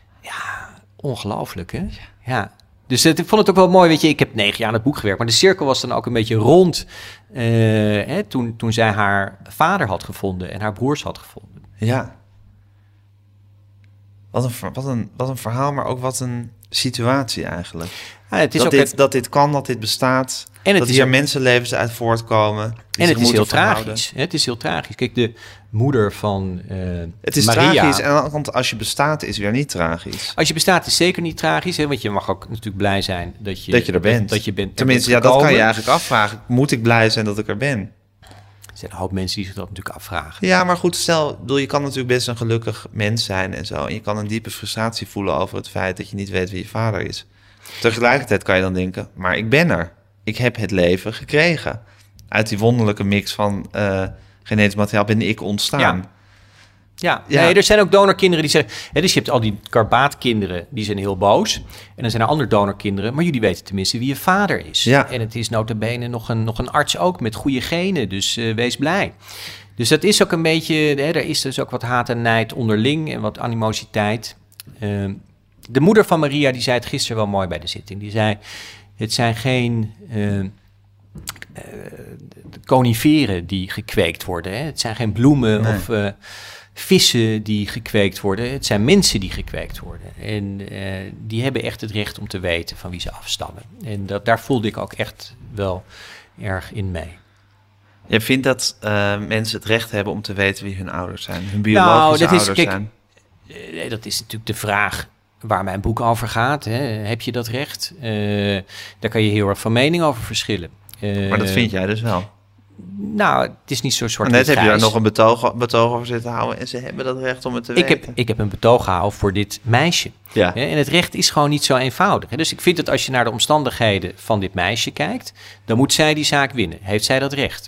Ongelooflijk, hè? Ja. Dus het, ik vond het ook wel mooi, weet je, ik heb negen jaar aan het boek gewerkt, maar de cirkel was dan ook een beetje rond uh, hè, toen, toen zij haar vader had gevonden en haar broers had gevonden. Ja. Wat een, ver- wat, een, wat een verhaal, maar ook wat een situatie eigenlijk. Ja, het is dat, ook dit, het- dat dit kan, dat dit bestaat. En het dat is hier ook- mensenlevens uit voortkomen. die En zich het is moeten heel verhouden. tragisch. Hè? Het is heel tragisch. Kijk, de moeder van uh, Het is Maria. tragisch, en aan de andere kant, als je bestaat, is weer niet tragisch. Als je bestaat is zeker niet tragisch, hè? Want je mag ook natuurlijk blij zijn dat je, Dat je er bent. Dat je bent Tenminste, ja, bent dat kan je gekomen. eigenlijk afvragen. Moet ik blij zijn dat ik er ben? Er zijn een hoop mensen die zich dat natuurlijk afvragen. Ja, maar goed, stel, ik bedoel, je kan natuurlijk best een gelukkig mens zijn en zo. En je kan een diepe frustratie voelen over het feit dat je niet weet wie je vader is. Tegelijkertijd kan je dan denken, maar ik ben er. Ik heb het leven gekregen. Uit die wonderlijke mix van uh, genetisch materiaal ben ik ontstaan. Ja. Ja, Ja. Nee, er zijn ook donorkinderen die zeggen... Hè, dus je hebt al die Karpaatkinderen, die zijn heel boos. En dan zijn er andere donorkinderen... maar jullie weten tenminste wie je vader is. Ja. En het is nota bene nog een, nog een arts ook met goede genen. Dus uh, wees blij. Dus dat is ook een beetje... Hè, er is dus ook wat haat en nijd onderling... en wat animositeit. Uh, de moeder van Maria, die zei het gisteren wel mooi bij de zitting. Die zei, het zijn geen... Uh, uh, coniferen die gekweekt worden. Hè? Het zijn geen bloemen Nee. of... Uh, vissen die gekweekt worden. Het zijn mensen die gekweekt worden. En uh, die hebben echt het recht om te weten van wie ze afstammen. En dat, daar voelde ik ook echt wel erg in mee. Je vindt dat uh, mensen het recht hebben om te weten wie hun ouders zijn? Hun biologische Nou, dat is, ouders kijk, zijn? uh, dat is natuurlijk de vraag waar mijn boek over gaat. Hè. Heb je dat recht? Uh, daar kan je heel erg van mening over verschillen. Uh, maar dat vind jij dus wel? Nou, het is niet zo soort. Net heb je daar nog een betoog, betoog over zitten houden en ze hebben dat recht om het te ik weten. Heb, ik heb een betoog gehouden voor dit meisje. Ja. En het recht is gewoon niet zo eenvoudig. Dus ik vind dat als je naar de omstandigheden van dit meisje kijkt, dan moet zij die zaak winnen. Heeft zij dat recht?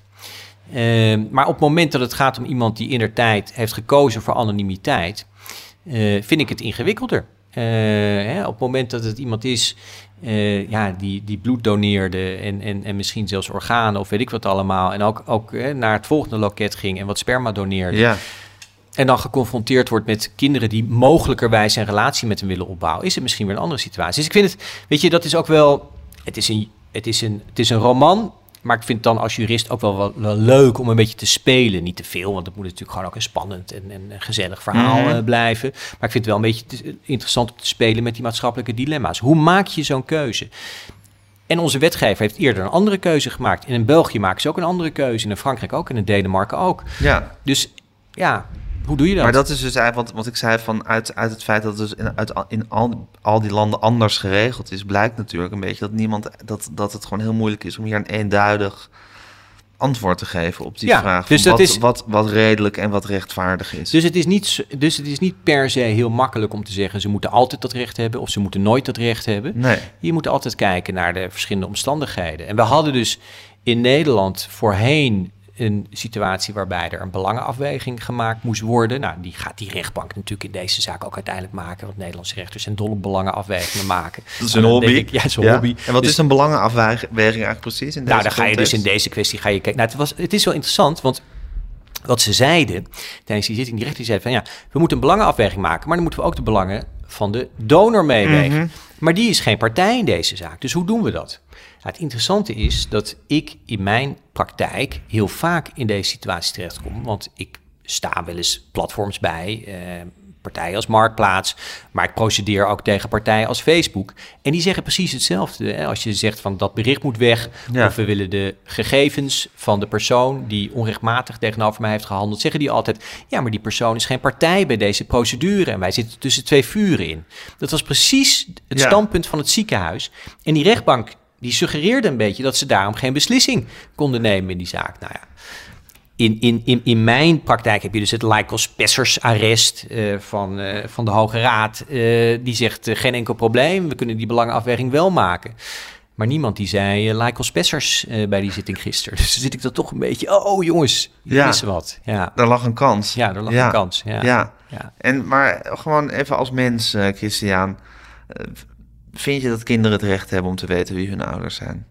Uh, maar op het moment dat het gaat om iemand die indertijd heeft gekozen voor anonimiteit, uh, vind ik het ingewikkelder. Uh, hè, op het moment dat het iemand is uh, ja, die, die bloed doneerde en, en, en misschien zelfs organen of weet ik wat allemaal. En ook, ook uh, naar het volgende loket ging en wat sperma doneerde. Ja. En dan geconfronteerd wordt met kinderen die mogelijkerwijs een relatie met hem willen opbouwen, is het misschien weer een andere situatie. Dus ik vind het, weet je, dat is ook wel, het is een, het is een, het is een roman. Maar ik vind het dan als jurist ook wel, wel, wel leuk om een beetje te spelen. Niet te veel, want het moet natuurlijk gewoon ook een spannend en, en een gezellig verhaal mm-hmm. uh, blijven. Maar ik vind het wel een beetje te, interessant om te spelen met die maatschappelijke dilemma's. Hoe maak je zo'n keuze? En onze wetgever heeft eerder een andere keuze gemaakt. En in België maken ze ook een andere keuze. En in Frankrijk ook en in Denemarken ook. Ja. Dus ja, hoe doe je dat? Maar dat is dus eigenlijk wat, wat ik zei van uit, uit het feit dat het dus in, uit, in al, al die landen anders geregeld is, blijkt natuurlijk een beetje dat niemand dat, dat het gewoon heel moeilijk is om hier een eenduidig antwoord te geven op die ja, vraag. Dus van dat wat, is, wat, wat redelijk en wat rechtvaardig is. Dus het is, niet, dus het is niet per se heel makkelijk om te zeggen ze moeten altijd dat recht hebben of ze moeten nooit dat recht hebben. Nee. Je moet altijd kijken naar de verschillende omstandigheden. En we hadden dus in Nederland voorheen een situatie waarbij er een belangenafweging gemaakt moest worden. Nou, die gaat die rechtbank natuurlijk in deze zaak ook uiteindelijk maken, want Nederlandse rechters zijn dol op belangenafwegingen maken. Dat is een hobby. Ik, ja, het is een ja. hobby. En wat dus, is een belangenafweging eigenlijk precies in deze Nou, dan ga je context? dus in deze kwestie ga je kijken. Nou, het, was, het is wel interessant, want wat ze zeiden tijdens die zitting, die rechter zei van ja, we moeten een belangenafweging maken, maar dan moeten we ook de belangen van de donor meewegen. Mm-hmm. Maar die is geen partij in deze zaak. Dus hoe doen we dat? Nou, het interessante is dat ik in mijn praktijk heel vaak in deze situatie terechtkom. Want ik sta wel eens platforms bij, eh, partijen als Marktplaats, maar ik procedeer ook tegen partijen als Facebook. En die zeggen precies hetzelfde. Hè? Als je zegt van dat bericht moet weg, ja. of we willen de gegevens van de persoon die onrechtmatig tegenover mij heeft gehandeld, zeggen die altijd, ja, maar die persoon is geen partij bij deze procedure en wij zitten tussen twee vuren in. Dat was precies het ja. standpunt van het ziekenhuis. En die rechtbank die suggereerde een beetje dat ze daarom geen beslissing konden nemen in die zaak. Nou ja, in, in, in, in mijn praktijk heb je dus het Lijkels-Pessers-arrest uh, van, uh, van de Hoge Raad. Uh, die zegt uh, geen enkel probleem, we kunnen die belangenafweging wel maken. Maar niemand die zei uh, Lijkels-Pessers uh, bij die zitting gisteren. Dus dan zit ik dan toch een beetje, oh jongens, jullie ja, missen wat. Ja, daar lag een kans. Ja, daar lag ja. een kans. Ja. Ja. Ja. En, maar gewoon even als mens, uh, Christiaan, uh, vind je dat kinderen het recht hebben om te weten wie hun ouders zijn?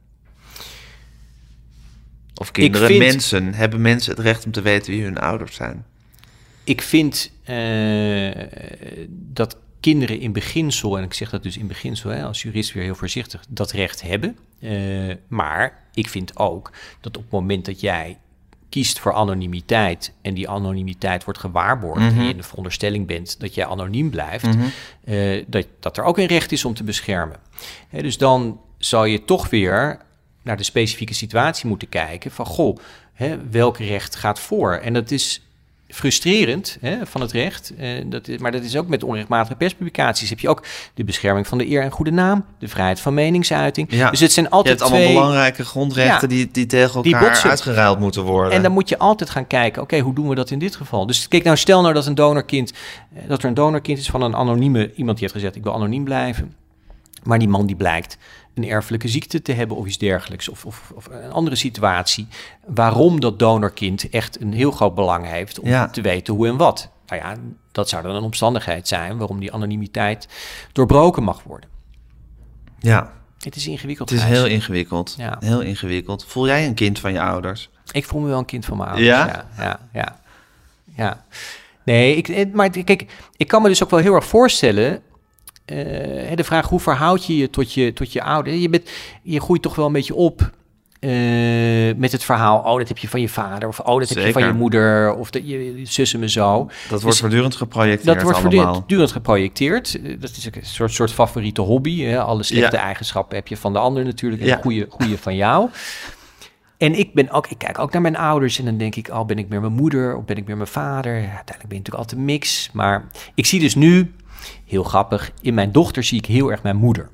Of kinderen, vind, mensen, hebben mensen het recht om te weten wie hun ouders zijn? Ik vind uh, dat kinderen in beginsel, en ik zeg dat dus in beginsel, hè, als jurist weer heel voorzichtig, dat recht hebben. Uh, maar ik vind ook dat op het moment dat jij kiest voor anonimiteit en die anonimiteit wordt gewaarborgd, mm-hmm. en je in de veronderstelling bent dat jij anoniem blijft, mm-hmm. uh, dat, dat er ook een recht is om te beschermen. He, dus dan zal je toch weer naar de specifieke situatie moeten kijken van, goh, hè, welk recht gaat voor? En dat is frustrerend hè, van het recht, uh, dat is, maar dat is ook met onrechtmatige perspublicaties. Heb je ook de bescherming van de eer en goede naam, de vrijheid van meningsuiting. Ja. Dus het zijn altijd je hebt twee allemaal belangrijke grondrechten ja, die, die tegen elkaar die uitgeruild moeten worden. En dan moet je altijd gaan kijken, oké, okay, hoe doen we dat in dit geval? Dus kijk nou, stel nou dat een donorkind, dat er een donorkind is van een anonieme, iemand die heeft gezegd, ik wil anoniem blijven. Maar die man die blijkt een erfelijke ziekte te hebben of iets dergelijks. Of, of, of een andere situatie waarom dat donorkind echt een heel groot belang heeft om ja. te weten hoe en wat. Nou ja, dat zou dan een omstandigheid zijn waarom die anonimiteit doorbroken mag worden. Ja. Het is ingewikkeld. Het is heel ingewikkeld. Ja. Heel ingewikkeld. Voel jij een kind van je ouders? Ik voel me wel een kind van mijn ouders. Ja? Ja, ja, ja. ja. Nee, ik, maar kijk, ik kan me dus ook wel heel erg voorstellen. Uh, de vraag, hoe verhoud je je tot je, tot je ouder? Je, bent, je groeit toch wel een beetje op uh, met het verhaal, oh, dat heb je van je vader, of oh, dat Zeker. heb je van je moeder, of dat je zussen me zo. Dat wordt dus, voortdurend geprojecteerd Dat wordt allemaal. voortdurend geprojecteerd. Dat is een soort, soort favoriete hobby. Hè? Alle slechte ja. eigenschappen heb je van de ander natuurlijk, en ja. de goede, goede van jou. En ik ben ook, ik kijk ook naar mijn ouders en dan denk ik, oh, ben ik meer mijn moeder of ben ik meer mijn vader? Ja, uiteindelijk ben je natuurlijk altijd een mix. Maar ik zie dus nu, heel grappig, in mijn dochter zie ik heel erg mijn moeder.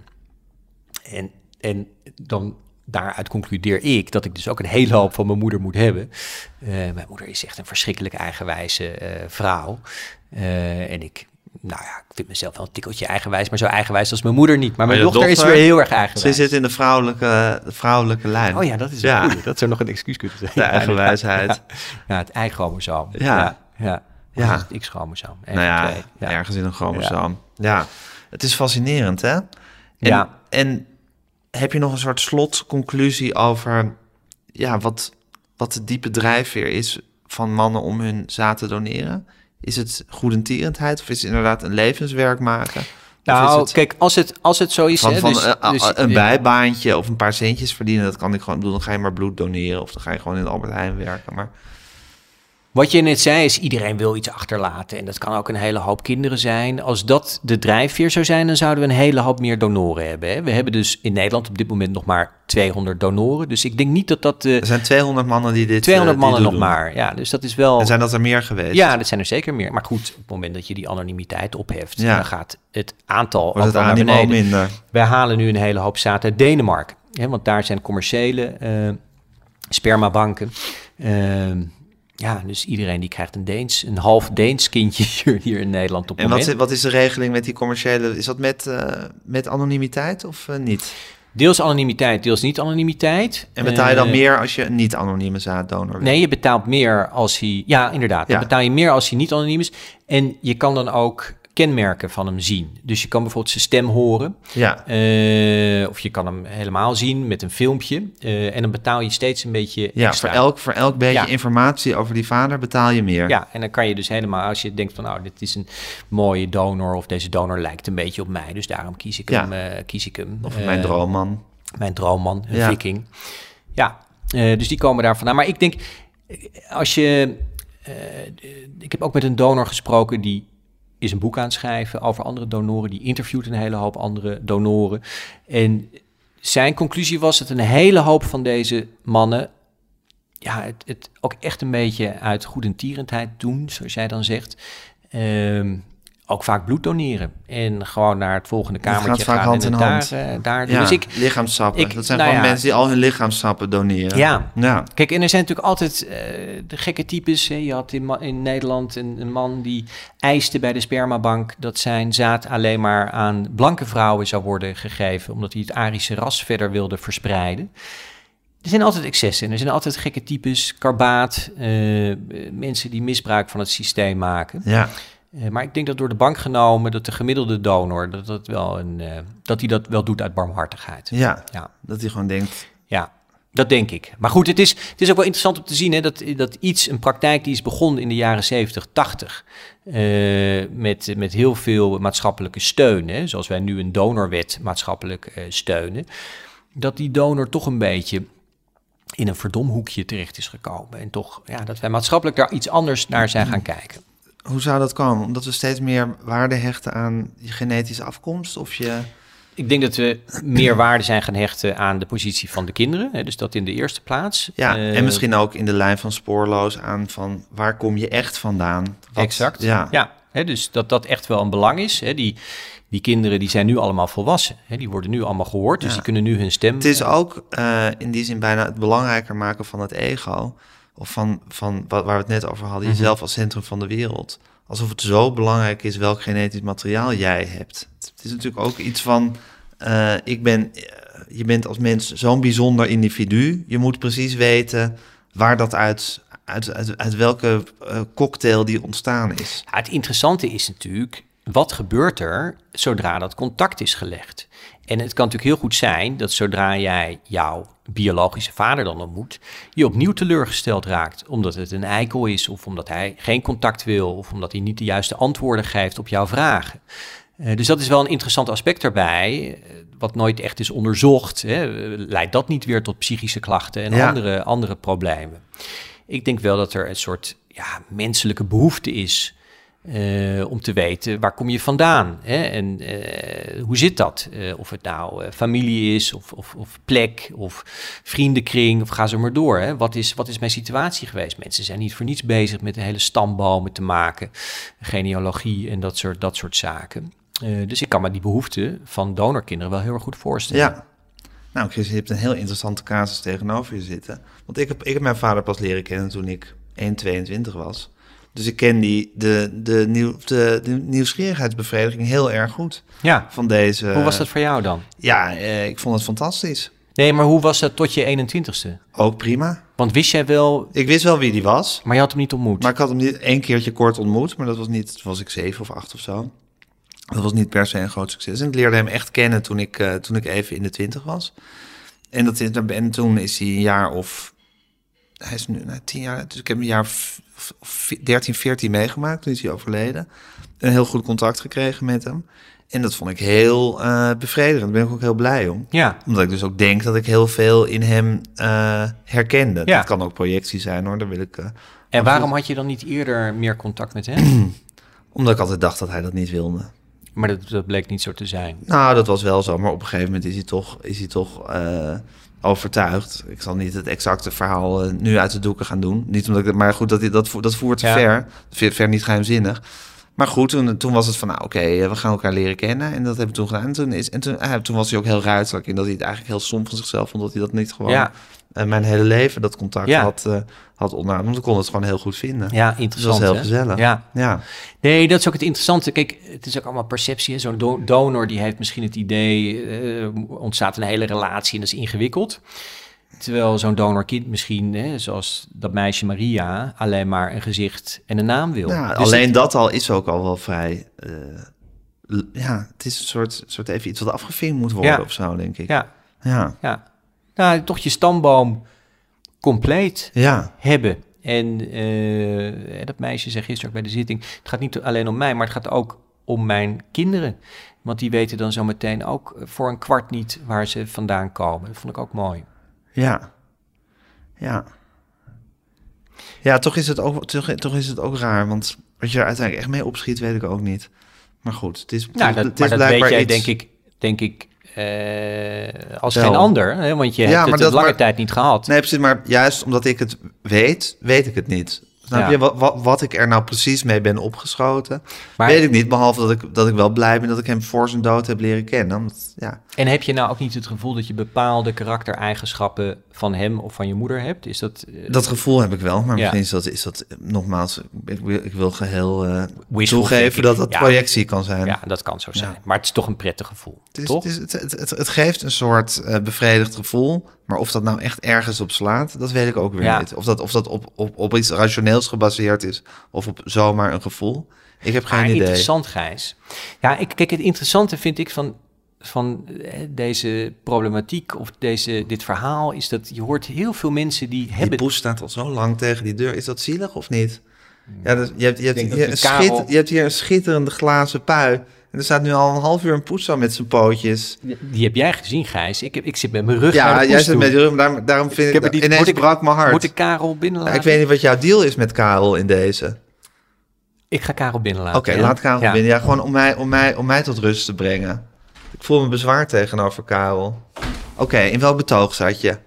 En, en dan daaruit concludeer ik dat ik dus ook een hele hoop van mijn moeder moet hebben. Uh, mijn moeder is echt een verschrikkelijk eigenwijze uh, vrouw. Uh, en ik, nou ja, ik vind mezelf wel een tikkeltje eigenwijs, maar zo eigenwijs als mijn moeder niet. Maar mijn maar dochter, dochter is weer heel erg eigenwijs. Ze zit in de vrouwelijke, de vrouwelijke lijn. Oh ja, dat is ja. Goeie. Dat zou nog een excuus kunnen zijn. De eigenwijsheid. Ja, ja, het Y-chromosoom. Ja. Ja, ja. Ja. Het X-chromosoom. Nou ja, ja, ergens in een chromosoom. Ja. ja, het is fascinerend, hè? En, ja. En heb je nog een soort slotconclusie over ja, wat, wat de diepe drijfveer is van mannen om hun zaad te doneren? Is het goedentierendheid of is het inderdaad een levenswerk maken? Nou, het kijk, als het, als het zo is... Van, hè, van dus, uh, dus, een bijbaantje of een paar centjes verdienen, dat kan ik gewoon doen. Dan ga je maar bloed doneren of dan ga je gewoon in de Albert Heijn werken. Maar wat je net zei is, iedereen wil iets achterlaten. En dat kan ook een hele hoop kinderen zijn. Als dat de drijfveer zou zijn, dan zouden we een hele hoop meer donoren hebben. Hè? We hebben dus in Nederland op dit moment nog maar tweehonderd donoren. Dus ik denk niet dat dat... Uh, er zijn tweehonderd mannen die dit tweehonderd uh, die mannen nog doen. maar, ja. Dus dat is wel... En zijn dat er meer geweest? Ja, dat zijn er zeker meer. Maar goed, op het moment dat je die anonimiteit opheft, ja. dan gaat het aantal Wordt ook het wel naar animo beneden. minder. Wij halen nu een hele hoop zaad uit Denemarken. Hè? Want daar zijn commerciële uh, spermabanken. Uh, Ja, dus iedereen die krijgt een Deens, een half Deens kindje hier, hier in Nederland op het En moment. wat, wat is de regeling met die commerciële? Is dat met, uh, met anonimiteit of uh, niet? Deels anonimiteit, deels niet anonimiteit. En betaal je dan uh, meer als je een niet-anonieme zaaddonor bent? Nee, je betaalt meer als hij... Ja, inderdaad. Dan Ja. betaal je meer als hij niet anoniem is. En je kan dan ook kenmerken van hem zien. Dus je kan bijvoorbeeld zijn stem horen. Ja. Uh, of je kan hem helemaal zien met een filmpje. Uh, en dan betaal je steeds een beetje Ja, extra. voor elk, voor elk beetje Ja. informatie over die vader betaal je meer. Ja, en dan kan je dus helemaal, als je denkt van, nou, dit is een mooie donor of deze donor lijkt een beetje op mij, dus daarom kies ik Ja. hem. Uh, kies ik hem. Of Uh, mijn droomman. Mijn droomman, een Ja. viking. Ja, uh, dus die komen daar vandaan. Maar ik denk, als je... Uh, ik heb ook met een donor gesproken die is een boek aan het schrijven over andere donoren. Die interviewt een hele hoop andere donoren. En zijn conclusie was dat een hele hoop van deze mannen ja, het, het ook echt een beetje uit goedentierendheid doen, zoals jij dan zegt. Um, ook vaak bloed doneren. En gewoon naar het volgende kamertje gaat vaak gaan hand en in het hand. daar, uh, daar doen. Ja, Dus ik, lichaamssappen. ik- dat zijn nou gewoon ja. mensen die al hun lichaamssappen doneren. Ja. ja. Kijk, en er zijn natuurlijk altijd uh, de gekke types. Hè. Je had in, Ma- in Nederland een, een man die eiste bij de spermabank dat zijn zaad alleen maar aan blanke vrouwen zou worden gegeven, omdat hij het Arische ras verder wilde verspreiden. Er zijn altijd excessen en er zijn altijd gekke types, karbaat, uh, mensen die misbruik van het systeem maken. Ja. Uh, maar ik denk dat door de bank genomen, dat de gemiddelde donor, dat, dat, wel een, uh, dat hij dat wel doet uit barmhartigheid. Ja. Ja. Dat hij gewoon denkt, Ja, dat denk ik. Maar goed, het is, het is ook wel interessant om te zien hè, dat, dat iets, een praktijk die is begonnen in de jaren zeventig, tachtig... Uh, met, met heel veel maatschappelijke steun, hè, zoals wij nu een donorwet maatschappelijk uh, steunen, dat die donor toch een beetje in een verdomhoekje terecht is gekomen. En toch, ja, dat wij maatschappelijk daar iets anders naar zijn gaan kijken. hoe zou dat komen? Omdat we steeds meer waarde hechten aan je genetische afkomst? Of je... Ik denk dat we meer waarde zijn gaan hechten aan de positie van de kinderen. Hè, dus dat in de eerste plaats. Ja, Uh, en misschien ook in de lijn van spoorloos aan van waar kom je echt vandaan? Wat- Exact. Ja. Ja, hè, dus dat dat echt wel een belang is. Hè. Die, die kinderen die zijn nu allemaal volwassen. Hè. Die worden nu allemaal gehoord, dus Ja. die kunnen nu hun stem... Het is ook uh, in die zin bijna het belangrijker maken van het ego. Of van, van wat, waar we het net over hadden, Mhm. jezelf als centrum van de wereld. Alsof het zo belangrijk is welk genetisch materiaal jij hebt. Het is natuurlijk ook iets van, uh, ik ben, uh, je bent als mens zo'n bijzonder individu. Je moet precies weten waar dat uit, uit, uit, uit welke uh, cocktail die ontstaan is. Ja, het interessante is natuurlijk, wat gebeurt er zodra dat contact is gelegd? En het kan natuurlijk heel goed zijn dat zodra jij jouw biologische vader dan ontmoet, je opnieuw teleurgesteld raakt, omdat het een eikel is, of omdat hij geen contact wil, of omdat hij niet de juiste antwoorden geeft op jouw vragen. Uh, dus dat is wel een interessant aspect daarbij, uh, wat nooit echt is onderzocht. Hè. Leidt dat niet weer tot psychische klachten en Ja. andere, andere problemen? Ik denk wel dat er een soort ja, menselijke behoefte is Uh, om te weten, waar kom je vandaan? Hè? En uh, hoe zit dat? Uh, of het nou uh, familie is, of, of, of plek, of vriendenkring, of ga zo maar door. Hè? Wat is, wat is mijn situatie geweest? Mensen zijn niet voor niets bezig met de hele stambomen te maken, genealogie en dat soort, dat soort zaken. Uh, dus ik kan me die behoefte van donorkinderen wel heel erg goed voorstellen. Ja. Nou, Chris, je hebt een heel interessante casus tegenover je zitten. Want ik heb, ik heb mijn vader pas leren kennen toen ik één komma tweeëntwintig was. Dus ik ken die, de, de, nieuw, de, de nieuwsgierigheidsbevrediging heel erg goed. Ja. Van deze, hoe was dat voor jou dan? Ja, eh, ik vond het fantastisch. Nee, maar hoe was dat tot je eenentwintigste? Ook prima. Want wist jij wel... Ik wist wel wie die was. Maar je had hem niet ontmoet? Maar ik had hem niet één keertje kort ontmoet. Maar dat was niet... Toen was ik zeven of acht of zo. Dat was niet per se een groot succes. En ik leerde hem echt kennen toen ik, uh, toen ik even in de twintig was. En, dat is, en toen is hij een jaar of... Hij is nu nou, tien jaar... Dus ik heb een jaar of dertien, veertien meegemaakt. Toen is hij overleden. Een heel goed contact gekregen met hem. En dat vond ik heel uh, bevredigend. Daar ben ik ook heel blij om. Ja. Omdat ik dus ook denk dat ik heel veel in hem uh, herkende. Ja. Dat kan ook projectie zijn, hoor. Daar wil ik... Uh, en waarom had je dan niet eerder meer contact met hem? Omdat ik altijd dacht dat hij dat niet wilde. Maar dat, dat bleek niet zo te zijn. Nou, dat was wel zo. Maar op een gegeven moment is hij toch, is hij toch uh, overtuigd. Ik zal niet het exacte verhaal uh, nu uit de doeken gaan doen. Niet omdat ik, maar goed, dat, dat, dat voert ja. ver. Ver, ver niet geheimzinnig. Maar goed, toen, toen was het van, nou oké, okay, we gaan elkaar leren kennen. En dat hebben we toen gedaan. En toen, is, en toen, uh, toen was hij ook heel ruiterlijk in dat hij het eigenlijk heel stom van zichzelf vond. Dat hij dat niet gewoon ja. uh, mijn hele leven dat contact ja. had, uh, had onderhouden. Want ik kon het gewoon heel goed vinden. Ja, interessant. Dus dat was heel hè? gezellig. Ja. ja. Nee, dat is ook het interessante. Kijk, het is ook allemaal perceptie. Zo'n do- donor die heeft misschien het idee, uh, ontstaat een hele relatie en dat is ingewikkeld. Terwijl zo'n donorkind misschien, hè, zoals dat meisje Maria, alleen maar een gezicht en een naam wil. Ja, dus alleen het... dat al is ook al wel vrij... Uh, l- ja, het is een soort, soort even iets wat afgevinkt moet worden ja. of zo, denk ik. Ja, ja. ja. Nou, toch je stamboom compleet ja. hebben. En uh, dat meisje zei gisteren ook bij de zitting, het gaat niet alleen om mij, maar het gaat ook om mijn kinderen. Want die weten dan zo meteen ook voor een kwart niet waar ze vandaan komen. Dat vond ik ook mooi. Ja, ja. Ja, toch is het ook, toch, toch is het ook raar, want wat je er uiteindelijk echt mee opschiet, weet ik ook niet. Maar goed, het is, nou, dat, het is maar dat weet jij, iets... denk ik, denk ik uh, als Wel. geen ander. Hè? Want je ja, hebt het dat, een lange maar, tijd niet gehad. Nee, precies, maar juist omdat ik het weet, weet ik het niet. Snap ja. je? Wat, wat, wat ik er nou precies mee ben opgeschoten, maar, weet ik niet. Behalve dat ik, dat ik wel blij ben dat ik hem voor zijn dood heb leren kennen. Omdat, ja. En heb je nou ook niet het gevoel dat je bepaalde karaktereigenschappen van hem of van je moeder hebt? Is dat, uh... dat gevoel heb ik wel, maar ja. misschien is dat, is dat nogmaals, ik wil, ik wil geheel uh, Wishful toegeven dat dat ja. projectie kan zijn. Ja, dat kan zo zijn. Ja. Maar het is toch een prettig gevoel, Het, is, toch? het, is, het, het, het geeft een soort uh, bevredigd gevoel, maar of dat nou echt ergens op slaat, dat weet ik ook weer ja. niet. Of dat, of dat op, op, op iets rationeels gebaseerd is, of op zomaar een gevoel. Ik heb geen maar idee. Interessant, Gijs. Ja, ik, kijk, het interessante vind ik van, van deze problematiek of deze, dit verhaal is dat je hoort heel veel mensen die hebben... Die poes staat al zo lang tegen die deur. Is dat zielig of niet? Ja, dat, je, hebt, je, hebt, denk hier dat een de Karel- schit, je hebt hier een schitterende glazen pui. En er staat nu al een half uur een poes zo met zijn pootjes. Die heb jij gezien, Gijs. Ik, heb, ik zit met mijn rug naar Ja, de jij poes zit toe. met je rug, maar daarom, daarom vind ik, heb ik er niet- ineens moet ik- brak mijn hart. Moet ik Karel binnenlaten? Ja, ik weet niet wat jouw deal is met Karel in deze. Ik ga Karel binnenlaten. Oké, okay, ja. laat Karel ja. binnen. Ja, gewoon om mij, om, mij, om mij tot rust te brengen. Ik voel me bezwaar tegenover Karel. Oké, okay, in welk betoog zat je?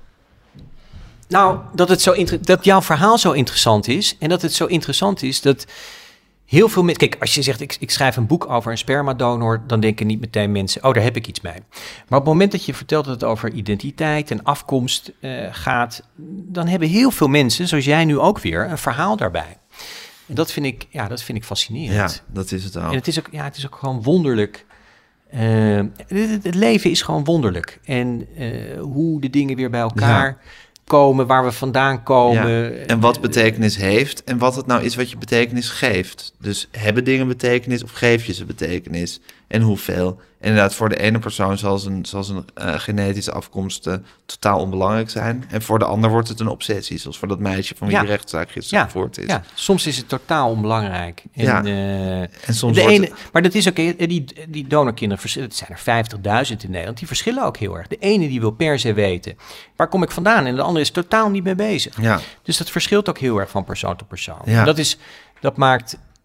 Nou, dat, het zo inter- dat jouw verhaal zo interessant is. En dat het zo interessant is dat heel veel mensen... Kijk, als je zegt, ik, ik schrijf een boek over een spermadonor, dan denken niet meteen mensen, oh, daar heb ik iets mee. Maar op het moment dat je vertelt dat het over identiteit en afkomst uh, gaat, dan hebben heel veel mensen, zoals jij nu ook weer, een verhaal daarbij. En dat vind ik, ja, dat vind ik fascinerend. Ja, dat is het ook. En het is ook, ja, het is ook gewoon wonderlijk. Uh, het, het leven is gewoon wonderlijk. En uh, hoe de dingen weer bij elkaar... Ja. komen, waar we vandaan komen. Ja, en wat betekenis heeft en wat het nou is wat je betekenis geeft. Dus hebben dingen betekenis of geef je ze betekenis? En hoeveel? En inderdaad, voor de ene persoon zal een, zal een uh, genetische afkomst uh, totaal onbelangrijk zijn. En voor de ander wordt het een obsessie. Zoals voor dat meisje van wie ja. de rechtszaak gisteren ja. gevoerd is. Ja, soms is het totaal onbelangrijk. En, ja. uh, en soms de wordt ene, het... Maar dat is ook, die, die donorkinderen, het zijn er vijftigduizend in Nederland, die verschillen ook heel erg. De ene die wil per se weten, waar kom ik vandaan? En de andere is totaal niet mee bezig. Ja. Dus dat verschilt ook heel erg van persoon tot persoon. Ja. Dat, is, dat maakt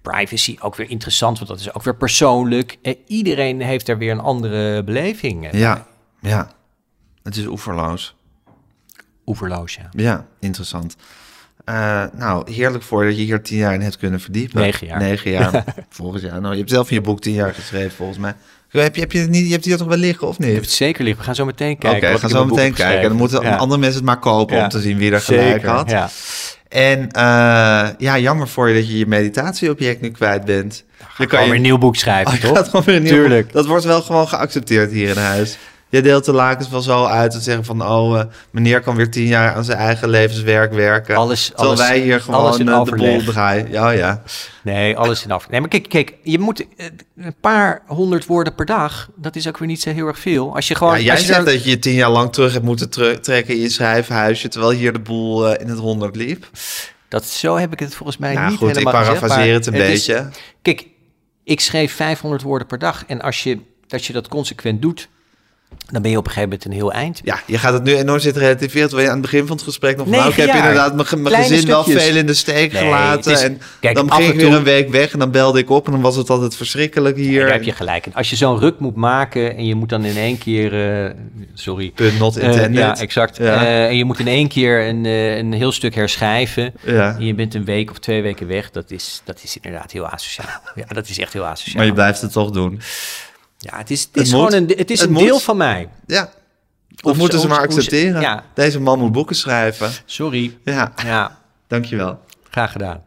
privacy ook weer interessant, want dat is ook weer persoonlijk. Uh, iedereen heeft daar weer een andere beleving. Uh, ja, ja. Het is oeverloos. Oeverloos, ja. Ja, interessant. Uh, nou, heerlijk voor dat je hier tien jaar in hebt kunnen verdiepen. Negen jaar. Negen jaar, volgens jaar. Nou, je hebt zelf in je boek tien jaar geschreven, volgens mij. Heb je, heb je, het niet, je hebt hier toch wel liggen, of niet? Ik heb het zeker liggen. We gaan zo meteen kijken. Oké, okay, we gaan zo meteen kijken. En dan moeten ja. andere mensen het maar kopen ja. om te zien wie er gelijk zeker, had. Ja. En uh, ja, jammer voor je dat je je meditatieobject nu kwijt bent. Dan ga je kan weer een nieuw boek schrijven, oh, toch? Gaat gewoon weer een nieuw Tuurlijk. Boek. Dat wordt wel gewoon geaccepteerd hier in huis. Je deelt de lakens wel zo uit en zeggen van... oh, uh, meneer kan weer tien jaar aan zijn eigen levenswerk werken. Alles, terwijl alles, wij hier gewoon in uh, de boel draaien. Ja, ja. Nee, alles in af. Nee, maar kijk, kijk, je moet uh, een paar honderd woorden per dag. Dat is ook weer niet zo heel erg veel. Als je gewoon... Ja, jij als je zegt daar... dat je je tien jaar lang terug hebt moeten ter- trekken in je schrijfhuisje... terwijl hier de boel uh, in het honderd liep. Dat, zo heb ik het volgens mij nou, niet goed, helemaal ik gezegd. parafraseer het een het beetje. Is, kijk, ik schreef vijfhonderd woorden per dag. En als je, als je dat consequent doet... dan ben je op een gegeven moment een heel eind. Ja, je gaat het nu enorm zitten relativeren... terwijl je aan het begin van het gesprek nog... van, nou, ik heb jaar. inderdaad mijn, mijn gezin stukjes. wel veel in de steek nee, gelaten. Is, en kijk, dan ging ik toe, weer een week weg en dan belde ik op... en dan was het altijd verschrikkelijk hier. Nee, daar heb je gelijk. En als je zo'n ruk moet maken... en je moet dan in één keer... Uh, sorry. Punt not intended. Uh, ja, exact. Ja. Uh, en je moet in één keer een, uh, een heel stuk herschrijven... Ja. en je bent een week of twee weken weg... dat is, dat is inderdaad heel asociaal. Ja, dat is echt heel asociaal. Maar je blijft het toch doen. Ja, het is, het het is moet. gewoon een, het is het een moet. deel van mij. Ja. Dat of moeten ze, ze maar of, accepteren. Ze, ja. Deze man moet boeken schrijven. Sorry. Ja, ja. Dankjewel. Graag gedaan.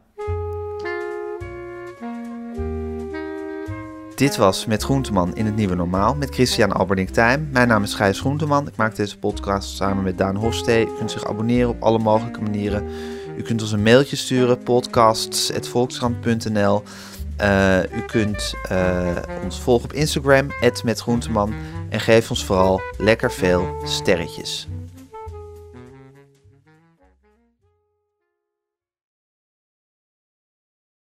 Dit was Met Groenteman in het Nieuwe Normaal met Christian Alberding-Tijm. Mijn naam is Gijs Groenteman. Ik maak deze podcast samen met Daan Hofstee. U kunt zich abonneren op alle mogelijke manieren. U kunt ons een mailtje sturen, podcasts at volkskrant punt n l. Uh, u kunt uh, ons volgen op Instagram, at Met Groenteman. En geef ons vooral lekker veel sterretjes.